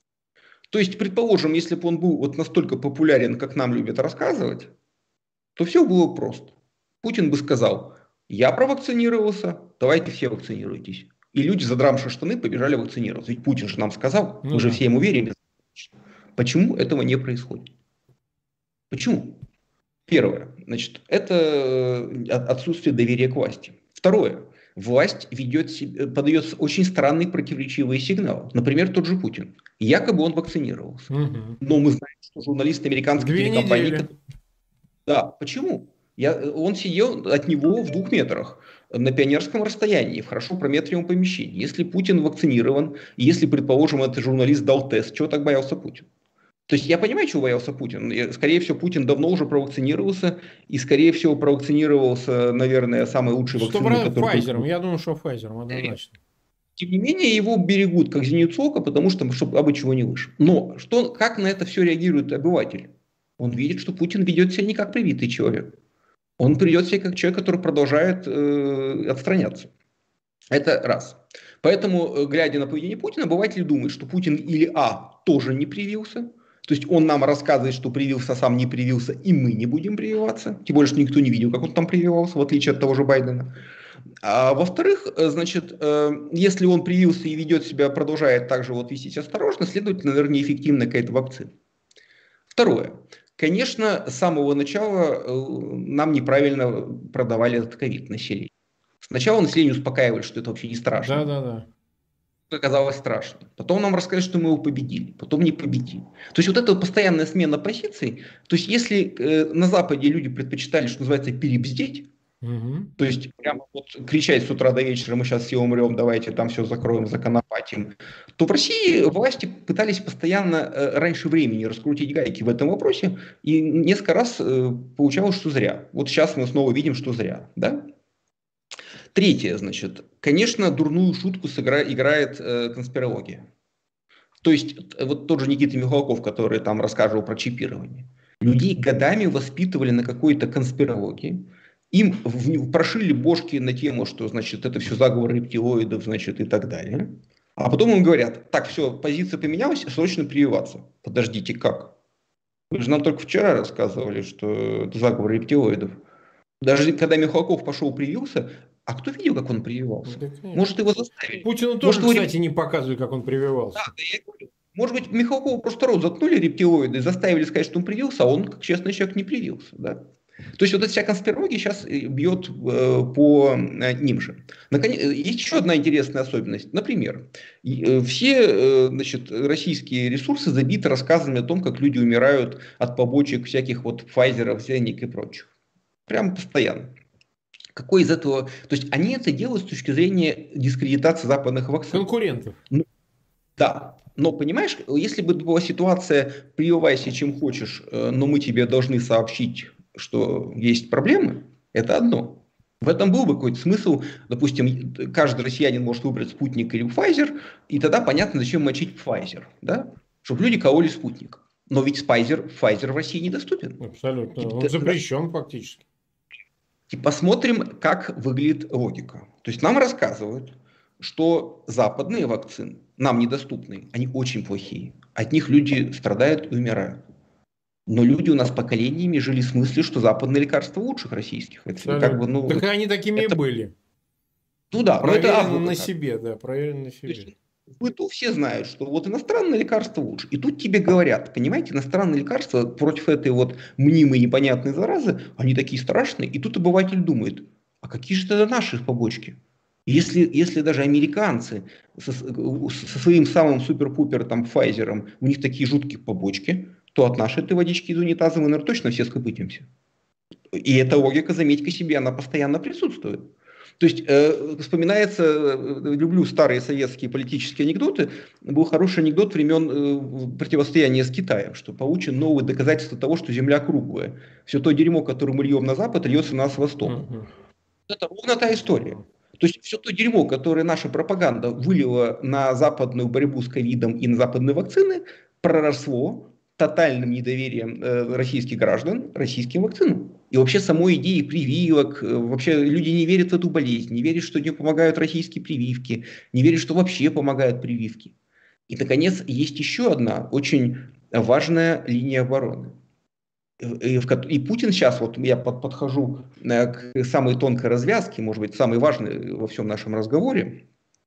То есть, предположим, если бы он был вот настолько популярен, как нам любят рассказывать, то все было просто. Путин бы сказал, я провакцинировался, давайте все вакцинируйтесь. И люди, задрамши штаны, побежали вакцинироваться. Ведь Путин же нам сказал, мы же все ему верим. Почему этого не происходит? Почему? Первое, значит, это отсутствие доверия к власти. Второе, власть подает очень странный противоречивый сигнал. Например, тот же Путин. Якобы он вакцинировался. Но мы знаем, что журналисты американских телекомпаний... Да, почему? Он сидел от него в 2 метрах на пионерском расстоянии, в хорошо проветриваемом помещении. Если Путин вакцинирован, если, предположим, этот журналист дал тест, чего так боялся Путин? То есть я понимаю, чего боялся Путин. Скорее всего, Путин давно уже провакцинировался, и, скорее всего, провакцинировался, наверное, самой лучшей вакциной, которая... Pfizer, я думаю, что Pfizer, однозначно. Тем не менее, его берегут как зеницу ока, потому что, чтобы абы чего не вышло. Но как на это все реагирует обыватель? Он видит, что Путин ведет себя не как привитый человек. Он придет себе как человек, который продолжает отстраняться. Это раз. Поэтому, глядя на поведение Путина, обыватель думает, что Путин или тоже не привился, то есть он нам рассказывает, что привился, сам не привился, и мы не будем прививаться. Тем более, что никто не видел, как он там прививался, в отличие от того же Байдена. А во-вторых, значит, если он привился и ведет себя, продолжает также вот вести себя осторожно, следовательно, наверное, неэффективна какая-то вакцина. Второе. Конечно, с самого начала нам неправильно продавали этот ковид населению. Сначала население успокаивали, что это вообще не страшно. Да. Оказалось страшно. Потом нам рассказали, что мы его победили. Потом не победили. То есть вот эта постоянная смена позиций. То есть если на Западе люди предпочитали, что называется, перебздеть, то есть прямо вот кричать с утра до вечера, мы сейчас все умрем, давайте там все закроем, законопатим, то в России власти пытались постоянно раньше времени раскрутить гайки в этом вопросе, и несколько раз получалось, что зря. Вот сейчас мы снова видим, что зря. Да? Третье, значит, конечно, дурную шутку играет конспирология. То есть вот тот же Никита Михалков, который там рассказывал про чипирование. Людей годами воспитывали на какой-то конспирологии, им прошили бошки на тему, что, значит, это все заговор рептилоидов, значит, и так далее. А потом им говорят, так, все, позиция поменялась, срочно прививаться. Подождите, как? Вы же нам только вчера рассказывали, что это заговор рептилоидов. Даже когда Михалков пошел привился, А кто видел, как он прививался? Да, конечно. Может, его заставили? Путину тоже, Может, его... кстати, не показывают, как он прививался. Да, я говорю. Может быть, Михалкову просто рот заткнули рептилоиды, заставили сказать, что он привился, а он, как честный человек, не привился. Да? То есть вот эта вся конспирология сейчас бьет по ним же. Есть еще одна интересная особенность. Например, все значит, российские ресурсы забиты рассказами о том, как люди умирают от побочек всяких вот Pfizer, Zenic и прочих. Прям постоянно. Какой из этого... То есть они это делают с точки зрения дискредитации западных вакцин. Конкурентов. Ну, да. Но понимаешь, если бы была ситуация «прививайся чем хочешь, но мы тебе должны сообщить, что есть проблемы», это одно. В этом был бы какой-то смысл. Допустим, каждый россиянин может выбрать спутник или Pfizer, и тогда понятно, зачем мочить Pfizer, да? Чтобы люди кололи спутник. Но ведь Pfizer в России недоступен. Абсолютно. Он запрещен фактически. И посмотрим, как выглядит логика. То есть нам рассказывают, что западные вакцины, нам недоступные, они очень плохие. От них люди страдают и умирают. Но люди у нас поколениями жили с мыслью, что западные лекарства лучше российских. Это как бы, ну, так они такими это... и были. Ну да, но это азбука. На себе, да, проверено на себе. То есть, в быту все знают, что вот иностранные лекарства лучше. И тут тебе говорят, понимаете, иностранные лекарства против этой вот мнимой непонятной заразы, они такие страшные. И тут обыватель думает, а какие же тогда наши побочки? Если даже американцы со своим самым супер-пупер там Pfizer, у них такие жуткие побочки, то от нашей этой водички из унитаза мы, наверное, точно все скопытимся. И эта логика, заметьте себе, она постоянно присутствует. То есть вспоминается, люблю старые советские политические анекдоты, был хороший анекдот времен противостояния с Китаем, что получен новые доказательства того, что Земля круглая. Все то дерьмо, которое мы льем на Запад, льется на нас с Востока. Это ровно та история. То есть все то дерьмо, которое наша пропаганда вылила на западную борьбу с ковидом и на западные вакцины, проросло тотальным недоверием российских граждан российским вакцинам. И вообще самой идеи прививок, вообще люди не верят в эту болезнь, не верят, что не помогают российские прививки, не верят, что вообще помогают прививки. И, наконец, есть еще одна очень важная линия обороны. И Путин сейчас, вот я подхожу к самой тонкой развязке, может быть, самой важной во всем нашем разговоре.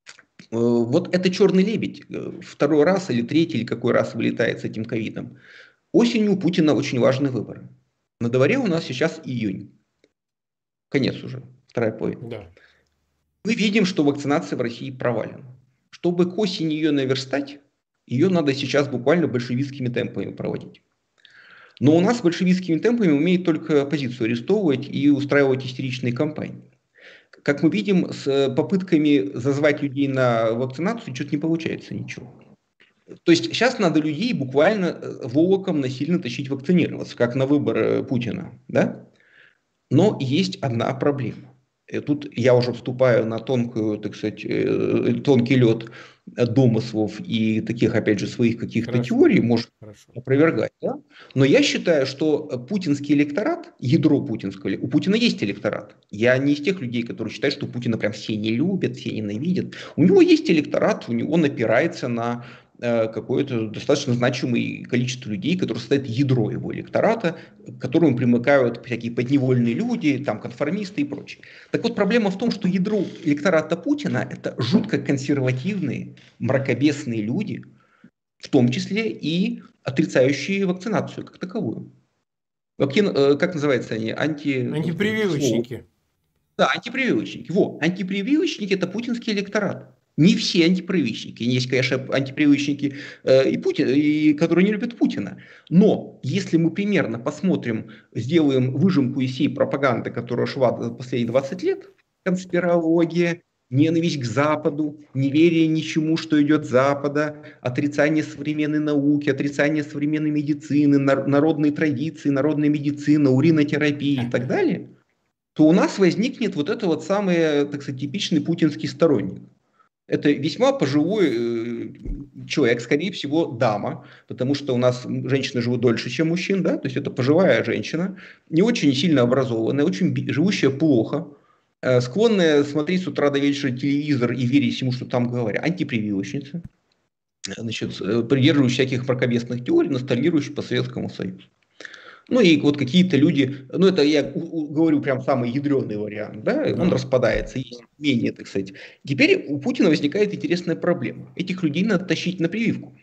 Вот это черный лебедь, второй раз или третий, или какой раз вылетает с этим ковидом. Осенью у Путина очень важные выборы. На дворе у нас сейчас июнь. Конец уже, вторая половина. Да. Мы видим, что вакцинация в России провалена. Чтобы к осени ее наверстать, ее надо сейчас буквально большевистскими темпами проводить. Но у нас большевистскими темпами умеет только оппозицию арестовывать и устраивать истеричные кампании. Как мы видим, с попытками зазвать людей на вакцинацию что-то не получается ничего. То есть сейчас надо людей буквально волоком насильно тащить вакцинироваться, как на выборы Путина. Да? Но есть одна проблема. И тут я уже вступаю на тонкую, так сказать, тонкий лед домыслов и таких, опять же, своих каких-то теорий, может опровергать. Да? Но я считаю, что путинский электорат, ядро путинского, у Путина есть электорат. Я не из тех людей, которые считают, что Путина прям все не любят, все ненавидят. У него есть электорат, он опирается на какое-то достаточно значимое количество людей, которые составят ядро его электората, к которому примыкают всякие подневольные люди, там, конформисты и прочее. Так вот, проблема в том, что ядро электората Путина – это жутко консервативные, мракобесные люди, в том числе и отрицающие вакцинацию как таковую. Как называются они? Антипрививочники. Да, антипрививочники. Антипрививочники – это путинский электорат. Не все антипрививочники. Есть, конечно, антипрививочники, которые не любят Путина. Но если мы примерно посмотрим, сделаем выжимку из всей пропаганды, которая шла последние 20 лет, конспирология, ненависть к Западу, неверие ничему, что идет с Запада, отрицание современной науки, отрицание современной медицины, народной традиции, народной медицины, уринотерапии и так далее, то у нас возникнет вот это вот самый, так сказать, типичный путинский сторонник. Это весьма пожилой человек, скорее всего, дама, потому что у нас женщины живут дольше, чем мужчин, да, то есть это пожилая женщина, не очень сильно образованная, очень живущая плохо, склонная смотреть с утра до вечера телевизор и верить всему, что там говорят, антипрививочница, значит, придерживающая всяких мракобесных теорий, ностальгирующая по Советскому Союзу. Ну и вот какие-то люди, ну это я говорю прям самый ядреный вариант, да, он Да. распадается, есть менее, так сказать. Теперь у Путина возникает интересная проблема. Этих людей надо тащить на прививку.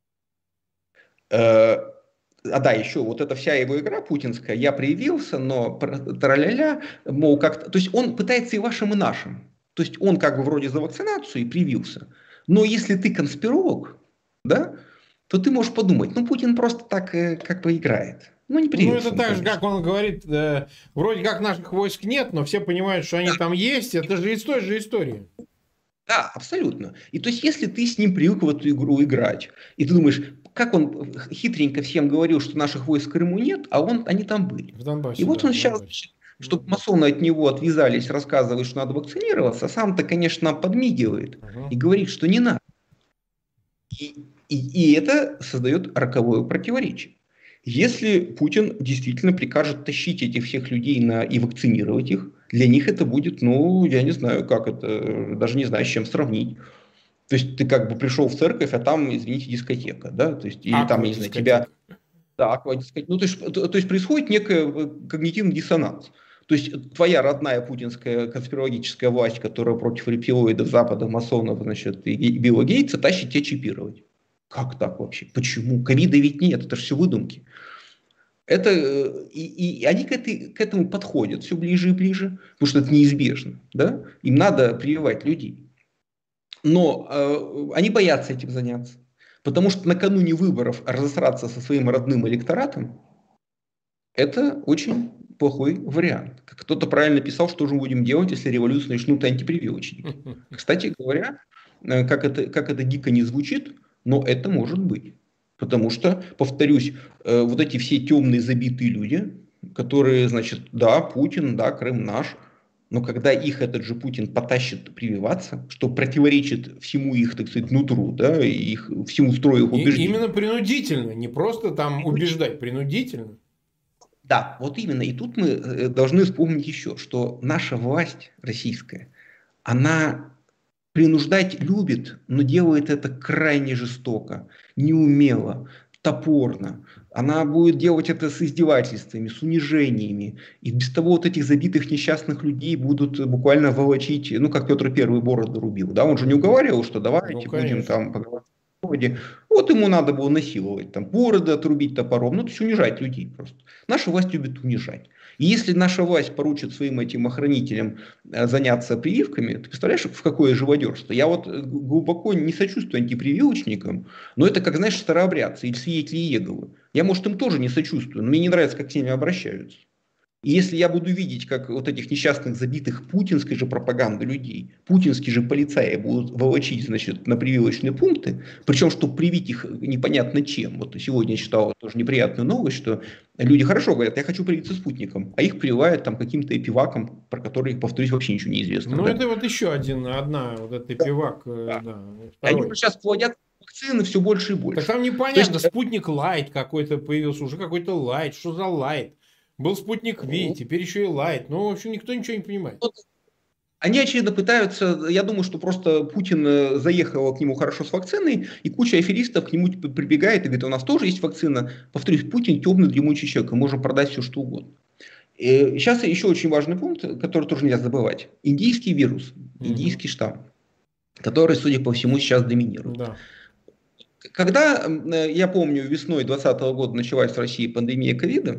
Да, еще вот эта вся его игра путинская, я привился, но траля-ля, мол, как-то, то есть он пытается и вашим, и нашим. То есть он как бы вроде за вакцинацию и привился. Но если ты конспиролог, да, то ты можешь подумать, ну Путин просто так как бы играет. Ну не Ну, это привился он, так же, как конечно. он говорит, вроде как наших войск нет, но все понимают, что они там есть. Это же из той же истории. Да, абсолютно. И то есть, если ты с ним привык в эту игру играть, и ты думаешь, как он хитренько всем говорил, что наших войск в Крыму нет, а они там были. В И Донбассе, вот да, он в сейчас, Донбассе. чтобы масоны от него отвязались, рассказывает, что надо вакцинироваться, а сам-то, конечно, нам подмигивает Ага. и говорит, что не надо. И это создает роковое противоречие. Если Путин действительно прикажет тащить этих всех людей и вакцинировать их, для них это будет, ну, я не знаю, как это, даже не знаю, с чем сравнить. То есть ты как бы пришел в церковь, а там, извините, дискотека, да, то есть, или там, я не знаю, тебя, Аквадискотека. да, аквадискотека. Ну, то есть происходит некий когнитивный диссонанс. То есть твоя родная путинская конспирологическая власть, которая против рептилоидов, Запада, масонов, значит, и Билла Гейтса, тащит тебя чипировать. Как так вообще? Почему? Ковида ведь нет, это же все выдумки. И они к этому подходят все ближе и ближе, потому что это неизбежно, да? Им надо прививать людей. Но они боятся этим заняться. Потому что накануне выборов разосраться со своим родным электоратом – это очень плохой вариант. Как кто-то правильно писал, что же мы будем делать, если революцию начнут антипрививочники. Кстати говоря, как это дико не звучит, но это может быть. Потому что, повторюсь, вот эти все темные забитые люди, которые, значит, да, Путин, да, Крым наш, но когда их этот же Путин потащит прививаться, что противоречит всему их, так сказать, нутру, да, и их, всему строю их И убеждений. именно принудительно, не просто там убеждать, принудительно. Да, вот именно. И тут мы должны вспомнить еще, что наша власть российская, она принуждать любит, но делает это крайне жестоко, неумело, топорно. Она будет делать это с издевательствами, с унижениями. И без того вот этих забитых несчастных людей будут буквально волочить, ну, как Петр Первый бороду рубил. Да? Он же не уговаривал, что Ну, давайте будем конечно. там поговорить о поводе. Вот ему надо было насиловать, там, бороды отрубить топором, ну, то есть унижать людей просто. Наша власть любит унижать. И если наша власть поручит своим этим охранителям заняться прививками, ты представляешь, в какое живодерство? Я вот глубоко не сочувствую антипрививочникам, но это как, знаешь, старообрядцы или свидетели Иеговы. Я, может, им тоже не сочувствую, но мне не нравится, как с ними обращаются. И если я буду видеть, как вот этих несчастных, забитых путинской же пропагандой людей, путинские же полицаи будут волочить, значит, на прививочные пункты, причем, чтобы привить их непонятно чем. Вот сегодня я читал тоже неприятную новость, что люди хорошо говорят, я хочу привиться спутником, а их прививают там каким-то эпиваком, про который, повторюсь, вообще ничего не известно. Ну, Да? это вот еще одна, вот этот Да, пивак, да. да, И они вот второй. сейчас плодят вакцины все больше и Так больше. там То непонятно, есть спутник Лайт какой-то появился, уже какой-то Лайт, что за Лайт? Был спутник Ви, теперь еще и Лайт. Ну, в общем, никто ничего не понимает. они, очевидно, пытаются, я думаю, что просто Путин заехал к нему хорошо с вакциной, и куча аферистов к нему прибегает и говорит, у нас тоже есть вакцина. Повторюсь, Путин темный дремучий человек, и можно продать все, что угодно. И сейчас еще очень важный пункт, который тоже нельзя забывать. Индийский вирус, Мгм. индийский штамм, который, судя по всему, сейчас доминирует. Да. Когда, я помню, весной 2020 года началась в России пандемия ковида,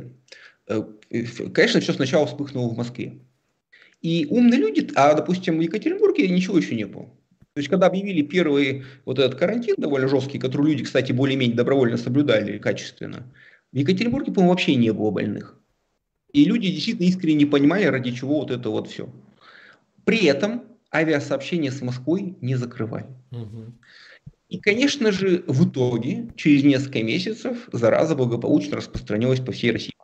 конечно, все сначала вспыхнуло в Москве. И умные люди, а, допустим, в Екатеринбурге ничего еще не было. То есть, когда объявили первый вот этот карантин довольно жесткий, который люди, кстати, более-менее добровольно соблюдали качественно, в Екатеринбурге, по-моему, вообще не было больных. И люди действительно искренне не понимали, ради чего вот это вот все. При этом авиасообщение с Москвой не закрывали. Мгм. И, конечно же, в итоге, через несколько месяцев, зараза благополучно распространилась по всей России.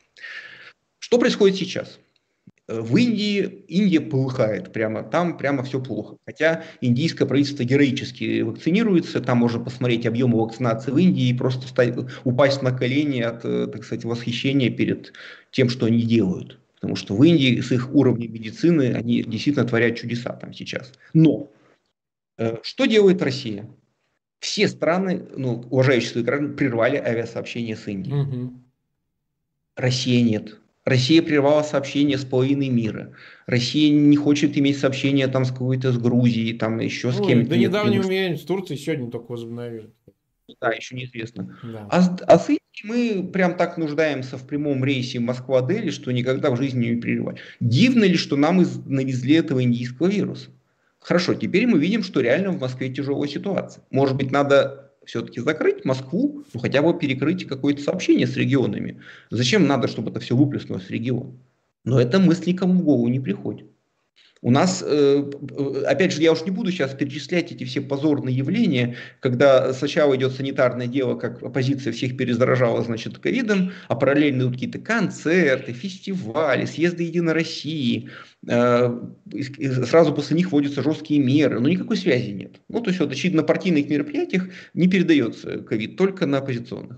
Что происходит сейчас? В Индии, Индия полыхает прямо, там прямо все плохо. Хотя индийское правительство героически вакцинируется, там можно посмотреть объемы вакцинации в Индии и просто упасть на колени от, так сказать, восхищения перед тем, что они делают. Потому что в Индии с их уровнем медицины они действительно творят чудеса там сейчас. Но что делает Россия? Все страны, ну, уважающие свои граждан, прервали авиасообщение с Индией. Мгм. Россия нет. Россия прервала сообщение с половиной мира. Россия не хочет иметь сообщения там с какой-то с Грузией, там еще с Ну и кем-то. до Нет, недавнего времени с Турцией сегодня только возобновили. да, еще неизвестно. Да. А с Индией мы прям так нуждаемся в прямом рейсе Москва-Дели, что никогда в жизни не перерывали. Дивно ли, что нам навезли этого индийского вируса? Хорошо, теперь мы видим, что реально в Москве тяжелая ситуация. Может быть, надо все-таки закрыть Москву, ну хотя бы перекрыть какое-то сообщение с регионами. Зачем надо, чтобы это все выплеснулось в регион? Но эта мысль никому в голову не приходит. У нас, опять же, я уж не буду сейчас перечислять эти все позорные явления, когда сначала идет санитарное дело, как оппозиция всех перезаражала, значит, ковидом, а параллельно идут какие-то концерты, фестивали, съезды Единой России, и сразу после них вводятся жесткие меры, но никакой связи нет. Ну, то есть, вот, очевидно, на партийных мероприятиях не передается ковид, только на оппозиционных.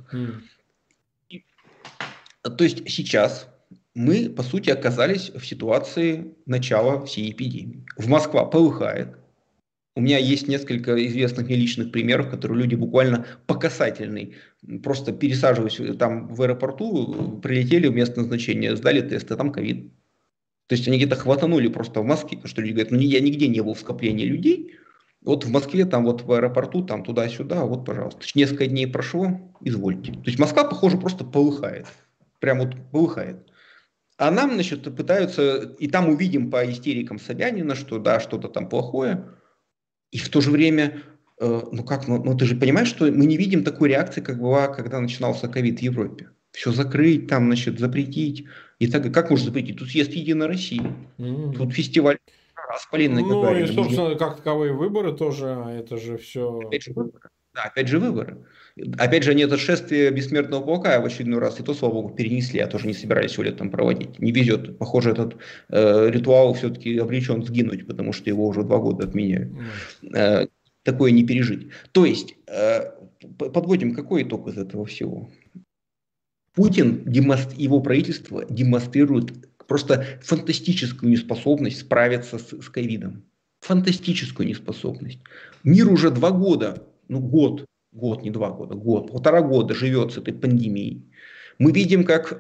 То есть сейчас мы, по сути, оказались в ситуации начала всей эпидемии. В Москва полыхает. У меня есть несколько известных мне личных примеров, которые люди буквально по касательной, просто пересаживаясь там в аэропорту, прилетели в место назначения, сдали тест, а там ковид. То есть они где-то хватанули просто в Москве, потому что люди говорят, ну я нигде не был в скоплении людей, вот в Москве, там вот в аэропорту, там туда-сюда, вот, пожалуйста. Несколько дней прошло, извольте. То есть Москва, похоже, просто полыхает. Прям вот полыхает. А нам, значит, пытаются, и там увидим по истерикам Собянина, что да, что-то там плохое, и в то же время, ну как, ну ты же понимаешь, что мы не видим такой реакции, как была, когда начинался ковид в Европе. Все закрыть, там, значит, запретить. И так, как можно запретить? Тут съезд Единой России, тут фестиваль с Полиной Ну и, Гагариной. собственно, как таковые выборы тоже, это же все... Опять же выборы. Да, опять же выборы. Опять же, они это шествие бессмертного полка в очередной раз, и то, слава богу, перенесли, а тоже не собирались его летом проводить. Не везет. Похоже, этот ритуал все-таки обречен сгинуть, потому что его уже 2 года отменяют. Такое не пережить. То есть, подводим, какой итог из этого всего? Путин, его правительство демонстрирует просто фантастическую неспособность справиться с ковидом. Фантастическую неспособность. Мир уже 2 года, ну год, не 2 года, год, 1,5 года живет с этой пандемией. Мы видим, как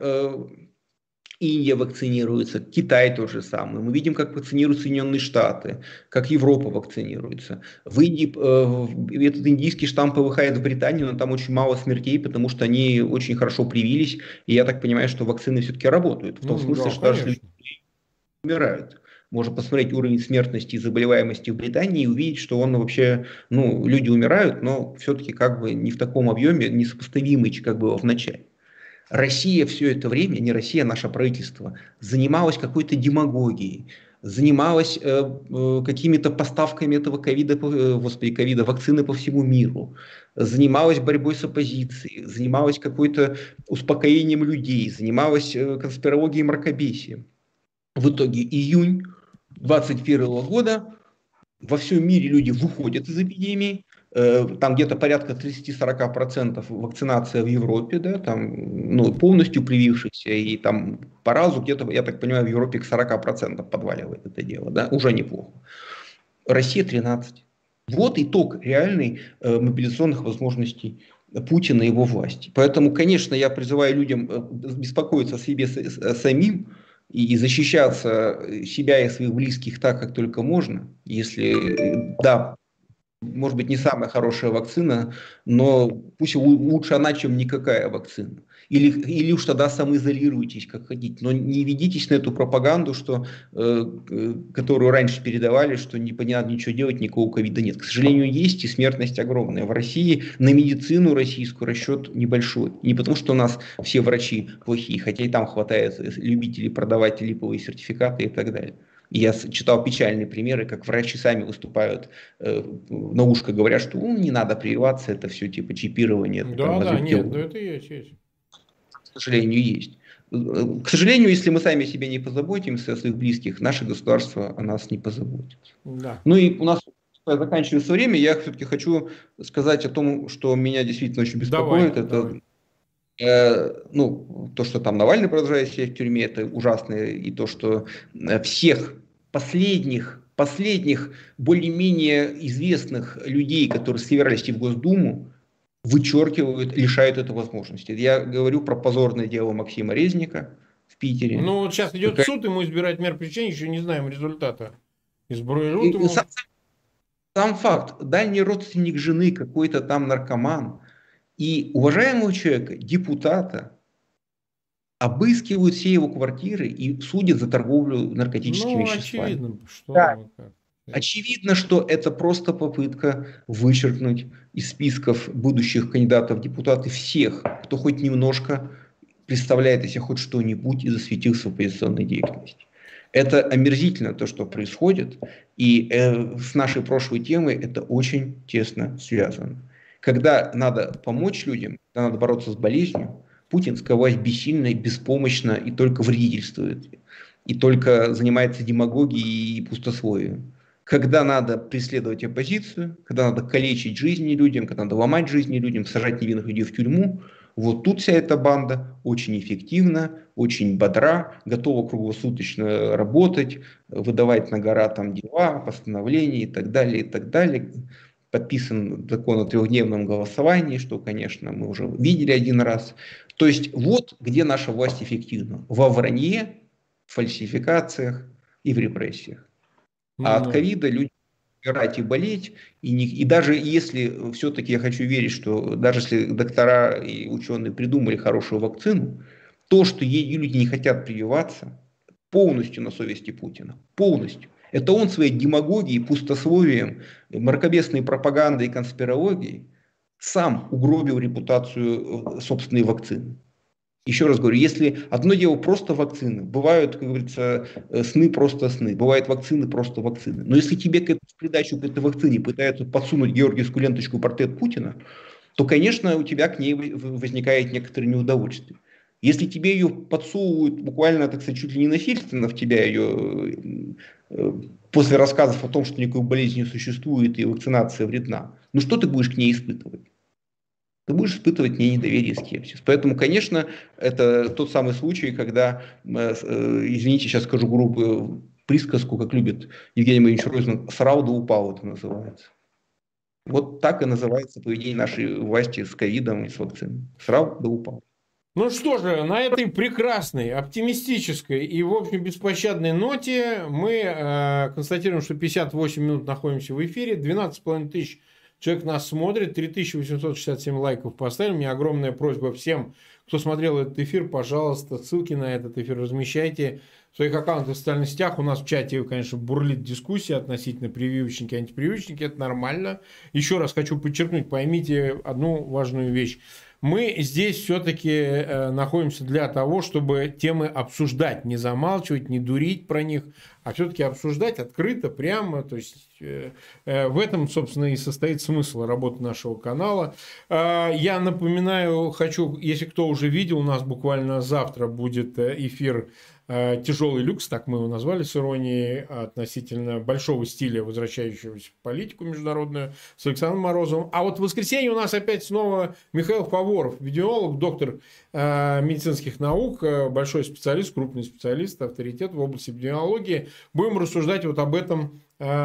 Индия вакцинируется, Китай тот же самый. Мы видим, как вакцинируют Соединенные Штаты, как Европа вакцинируется. В Индии, этот индийский штамм повыхает в Британию, но там очень мало смертей, потому что они очень хорошо привились. И я так понимаю, что вакцины все-таки работают. В том смысле, да, что даже конечно. люди умирают. Можно посмотреть уровень смертности и заболеваемости в Британии и увидеть, что он вообще, ну, люди умирают, но все-таки как бы не в таком объеме, несопоставимый, как было в начале. Россия все это время, не Россия, а наше правительство, занималась какой-то демагогией, занималась какими-то поставками этого ковида, вакцины по всему миру, занималась борьбой с оппозицией, занималась какой-то успокоением людей, занималась конспирологией и мракобесием. В итоге июнь 2021 года во всем мире люди выходят из эпидемии, там где-то порядка 30-40% вакцинация в Европе, да, там, ну, полностью привившихся, и там по разу где-то, я так понимаю, в Европе к 40% подваливает это дело, да, уже неплохо. Россия 13. Вот итог реальный мобилизационных возможностей Путина и его власти. Поэтому, конечно, я призываю людям беспокоиться о себе самим, и защищаться себя и своих близких так, как только можно. Если, да, может быть, не самая хорошая вакцина, но пусть лучше она, чем никакая вакцина. Или уж тогда самоизолируйтесь, как хотите, но не ведитесь на эту пропаганду, что, которую раньше передавали, что не надо ничего делать, никакого ковида нет. К сожалению, есть, и смертность огромная. В России на медицину российскую расчет небольшой. Не потому, что у нас все врачи плохие, хотя и там хватает любителей продавать липовые сертификаты и так далее. Я читал печальные примеры, как врачи сами выступают, на ушко говорят, что не надо прививаться, это все типа чипирование. Да, нет, ну это есть. К сожалению, есть. К сожалению, если мы сами о себе не позаботимся, о своих близких, наше государство о нас не позаботится. Да. Ну и у нас заканчивается время, я все-таки хочу сказать о том, что меня действительно очень беспокоит. Давай. Ну, то, что там Навальный продолжает сидеть в тюрьме, это ужасно, и то, что всех последних более-менее известных людей, которые собирались идти в Госдуму, вычеркивают, лишают этой возможности. Я говорю про позорное дело Максима Резника в Питере. Ну, вот сейчас идет Какая- суд, ему избирать мер пресечения, еще не знаем результата. и- Изберут и ему. сам факт, дальний родственник жены, какой-то там наркоман, и уважаемого человека, депутата, обыскивают все его квартиры и судят за торговлю наркотическими Ну, веществами. очевидно, что Да, ну, как. очевидно, что это просто попытка вычеркнуть из списков будущих кандидатов в депутаты всех, кто хоть немножко представляет из себя хоть что-нибудь и засветился в оппозиционной деятельности. Это омерзительно то, что происходит, и с нашей прошлой темой это очень тесно связано. Когда надо помочь людям, когда надо бороться с болезнью, путинская власть бессильна, беспомощна и только вредительствует, и только занимается демагогией и пустословием. Когда надо преследовать оппозицию, когда надо калечить жизни людям, когда надо ломать жизни людям, сажать невинных людей в тюрьму, вот тут вся эта банда очень эффективна, очень бодра, готова круглосуточно работать, выдавать на гора там дела, постановления и так далее, и так далее. Подписан закон о трехдневном голосовании, что, конечно, мы уже видели один раз. То есть вот где наша власть эффективна. Во вранье, в фальсификациях и в репрессиях. А от Ну, ковида люди умирать и болеть, и даже если все-таки я хочу верить, что даже если доктора и ученые придумали хорошую вакцину, то, что люди не хотят прививаться, полностью на совести Путина. Полностью. Это он своей демагогией, пустословием, мракобесной пропагандой и конспирологией сам угробил репутацию собственной вакцины. Еще раз говорю, если одно дело просто вакцины, бывают, как говорится, сны просто сны, бывают вакцины просто вакцины. Но если тебе в придачу к этой вакцине пытаются подсунуть георгиевскую ленточку портрет Путина, то, конечно, у тебя к ней возникает некоторое неудовольствие. Если тебе ее подсовывают буквально, так сказать, чуть ли не насильственно в тебя ее после рассказов о том, что никакой болезни не существует и вакцинация вредна, ну что ты будешь к ней испытывать? Ты будешь испытывать к ней недоверие и скепсис. Поэтому, конечно, это тот самый случай, когда, извините, сейчас скажу грубую присказку, как любит Евгений Маринович Ройзман, «срал да упал» это называется. Вот так и называется поведение нашей власти с ковидом и с вакциной. «Срал да упал». ну что же, на этой прекрасной, оптимистической и, в общем, беспощадной ноте мы констатируем, что 58 минут находимся в эфире, 12,5 тысяч человек нас смотрит, 3867 лайков поставили. У меня огромная просьба всем, кто смотрел этот эфир, пожалуйста, ссылки на этот эфир размещайте в своих аккаунтах в социальных сетях. У нас в чате, конечно, бурлит дискуссия относительно прививочники, антипрививочники. Это нормально. Еще раз хочу подчеркнуть, поймите одну важную вещь. Мы здесь все-таки находимся для того, чтобы темы обсуждать, не замалчивать, не дурить про них, а все-таки обсуждать открыто, прямо. То есть в этом, собственно, и состоит смысл работы нашего канала. Я напоминаю, хочу, если кто уже видел, у нас буквально завтра будет эфир «Тяжелый люкс», так мы его назвали с иронией, относительно большого стиля, возвращающегося в политику международную, с Александром Морозовым. А вот в воскресенье у нас опять снова Михаил Фаворов, эпидемиолог, доктор медицинских наук, большой специалист, крупный специалист, авторитет в области эпидемиологии. Будем рассуждать вот об этом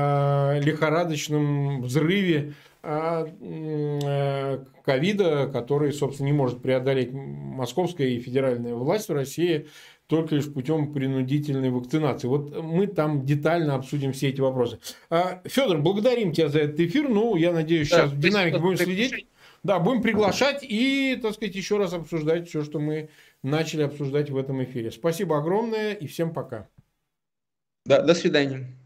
лихорадочном взрыве ковида, который, собственно, не может преодолеть московская и федеральная власть в России только лишь путем принудительной вакцинации. Вот мы там детально обсудим все эти вопросы. Федор, благодарим тебя за этот эфир. Ну, я надеюсь, сейчас в динамике будем следить. Да, будем приглашать и, так сказать, еще раз обсуждать все, что мы начали обсуждать в этом эфире. Спасибо огромное и всем пока. Да, до свидания.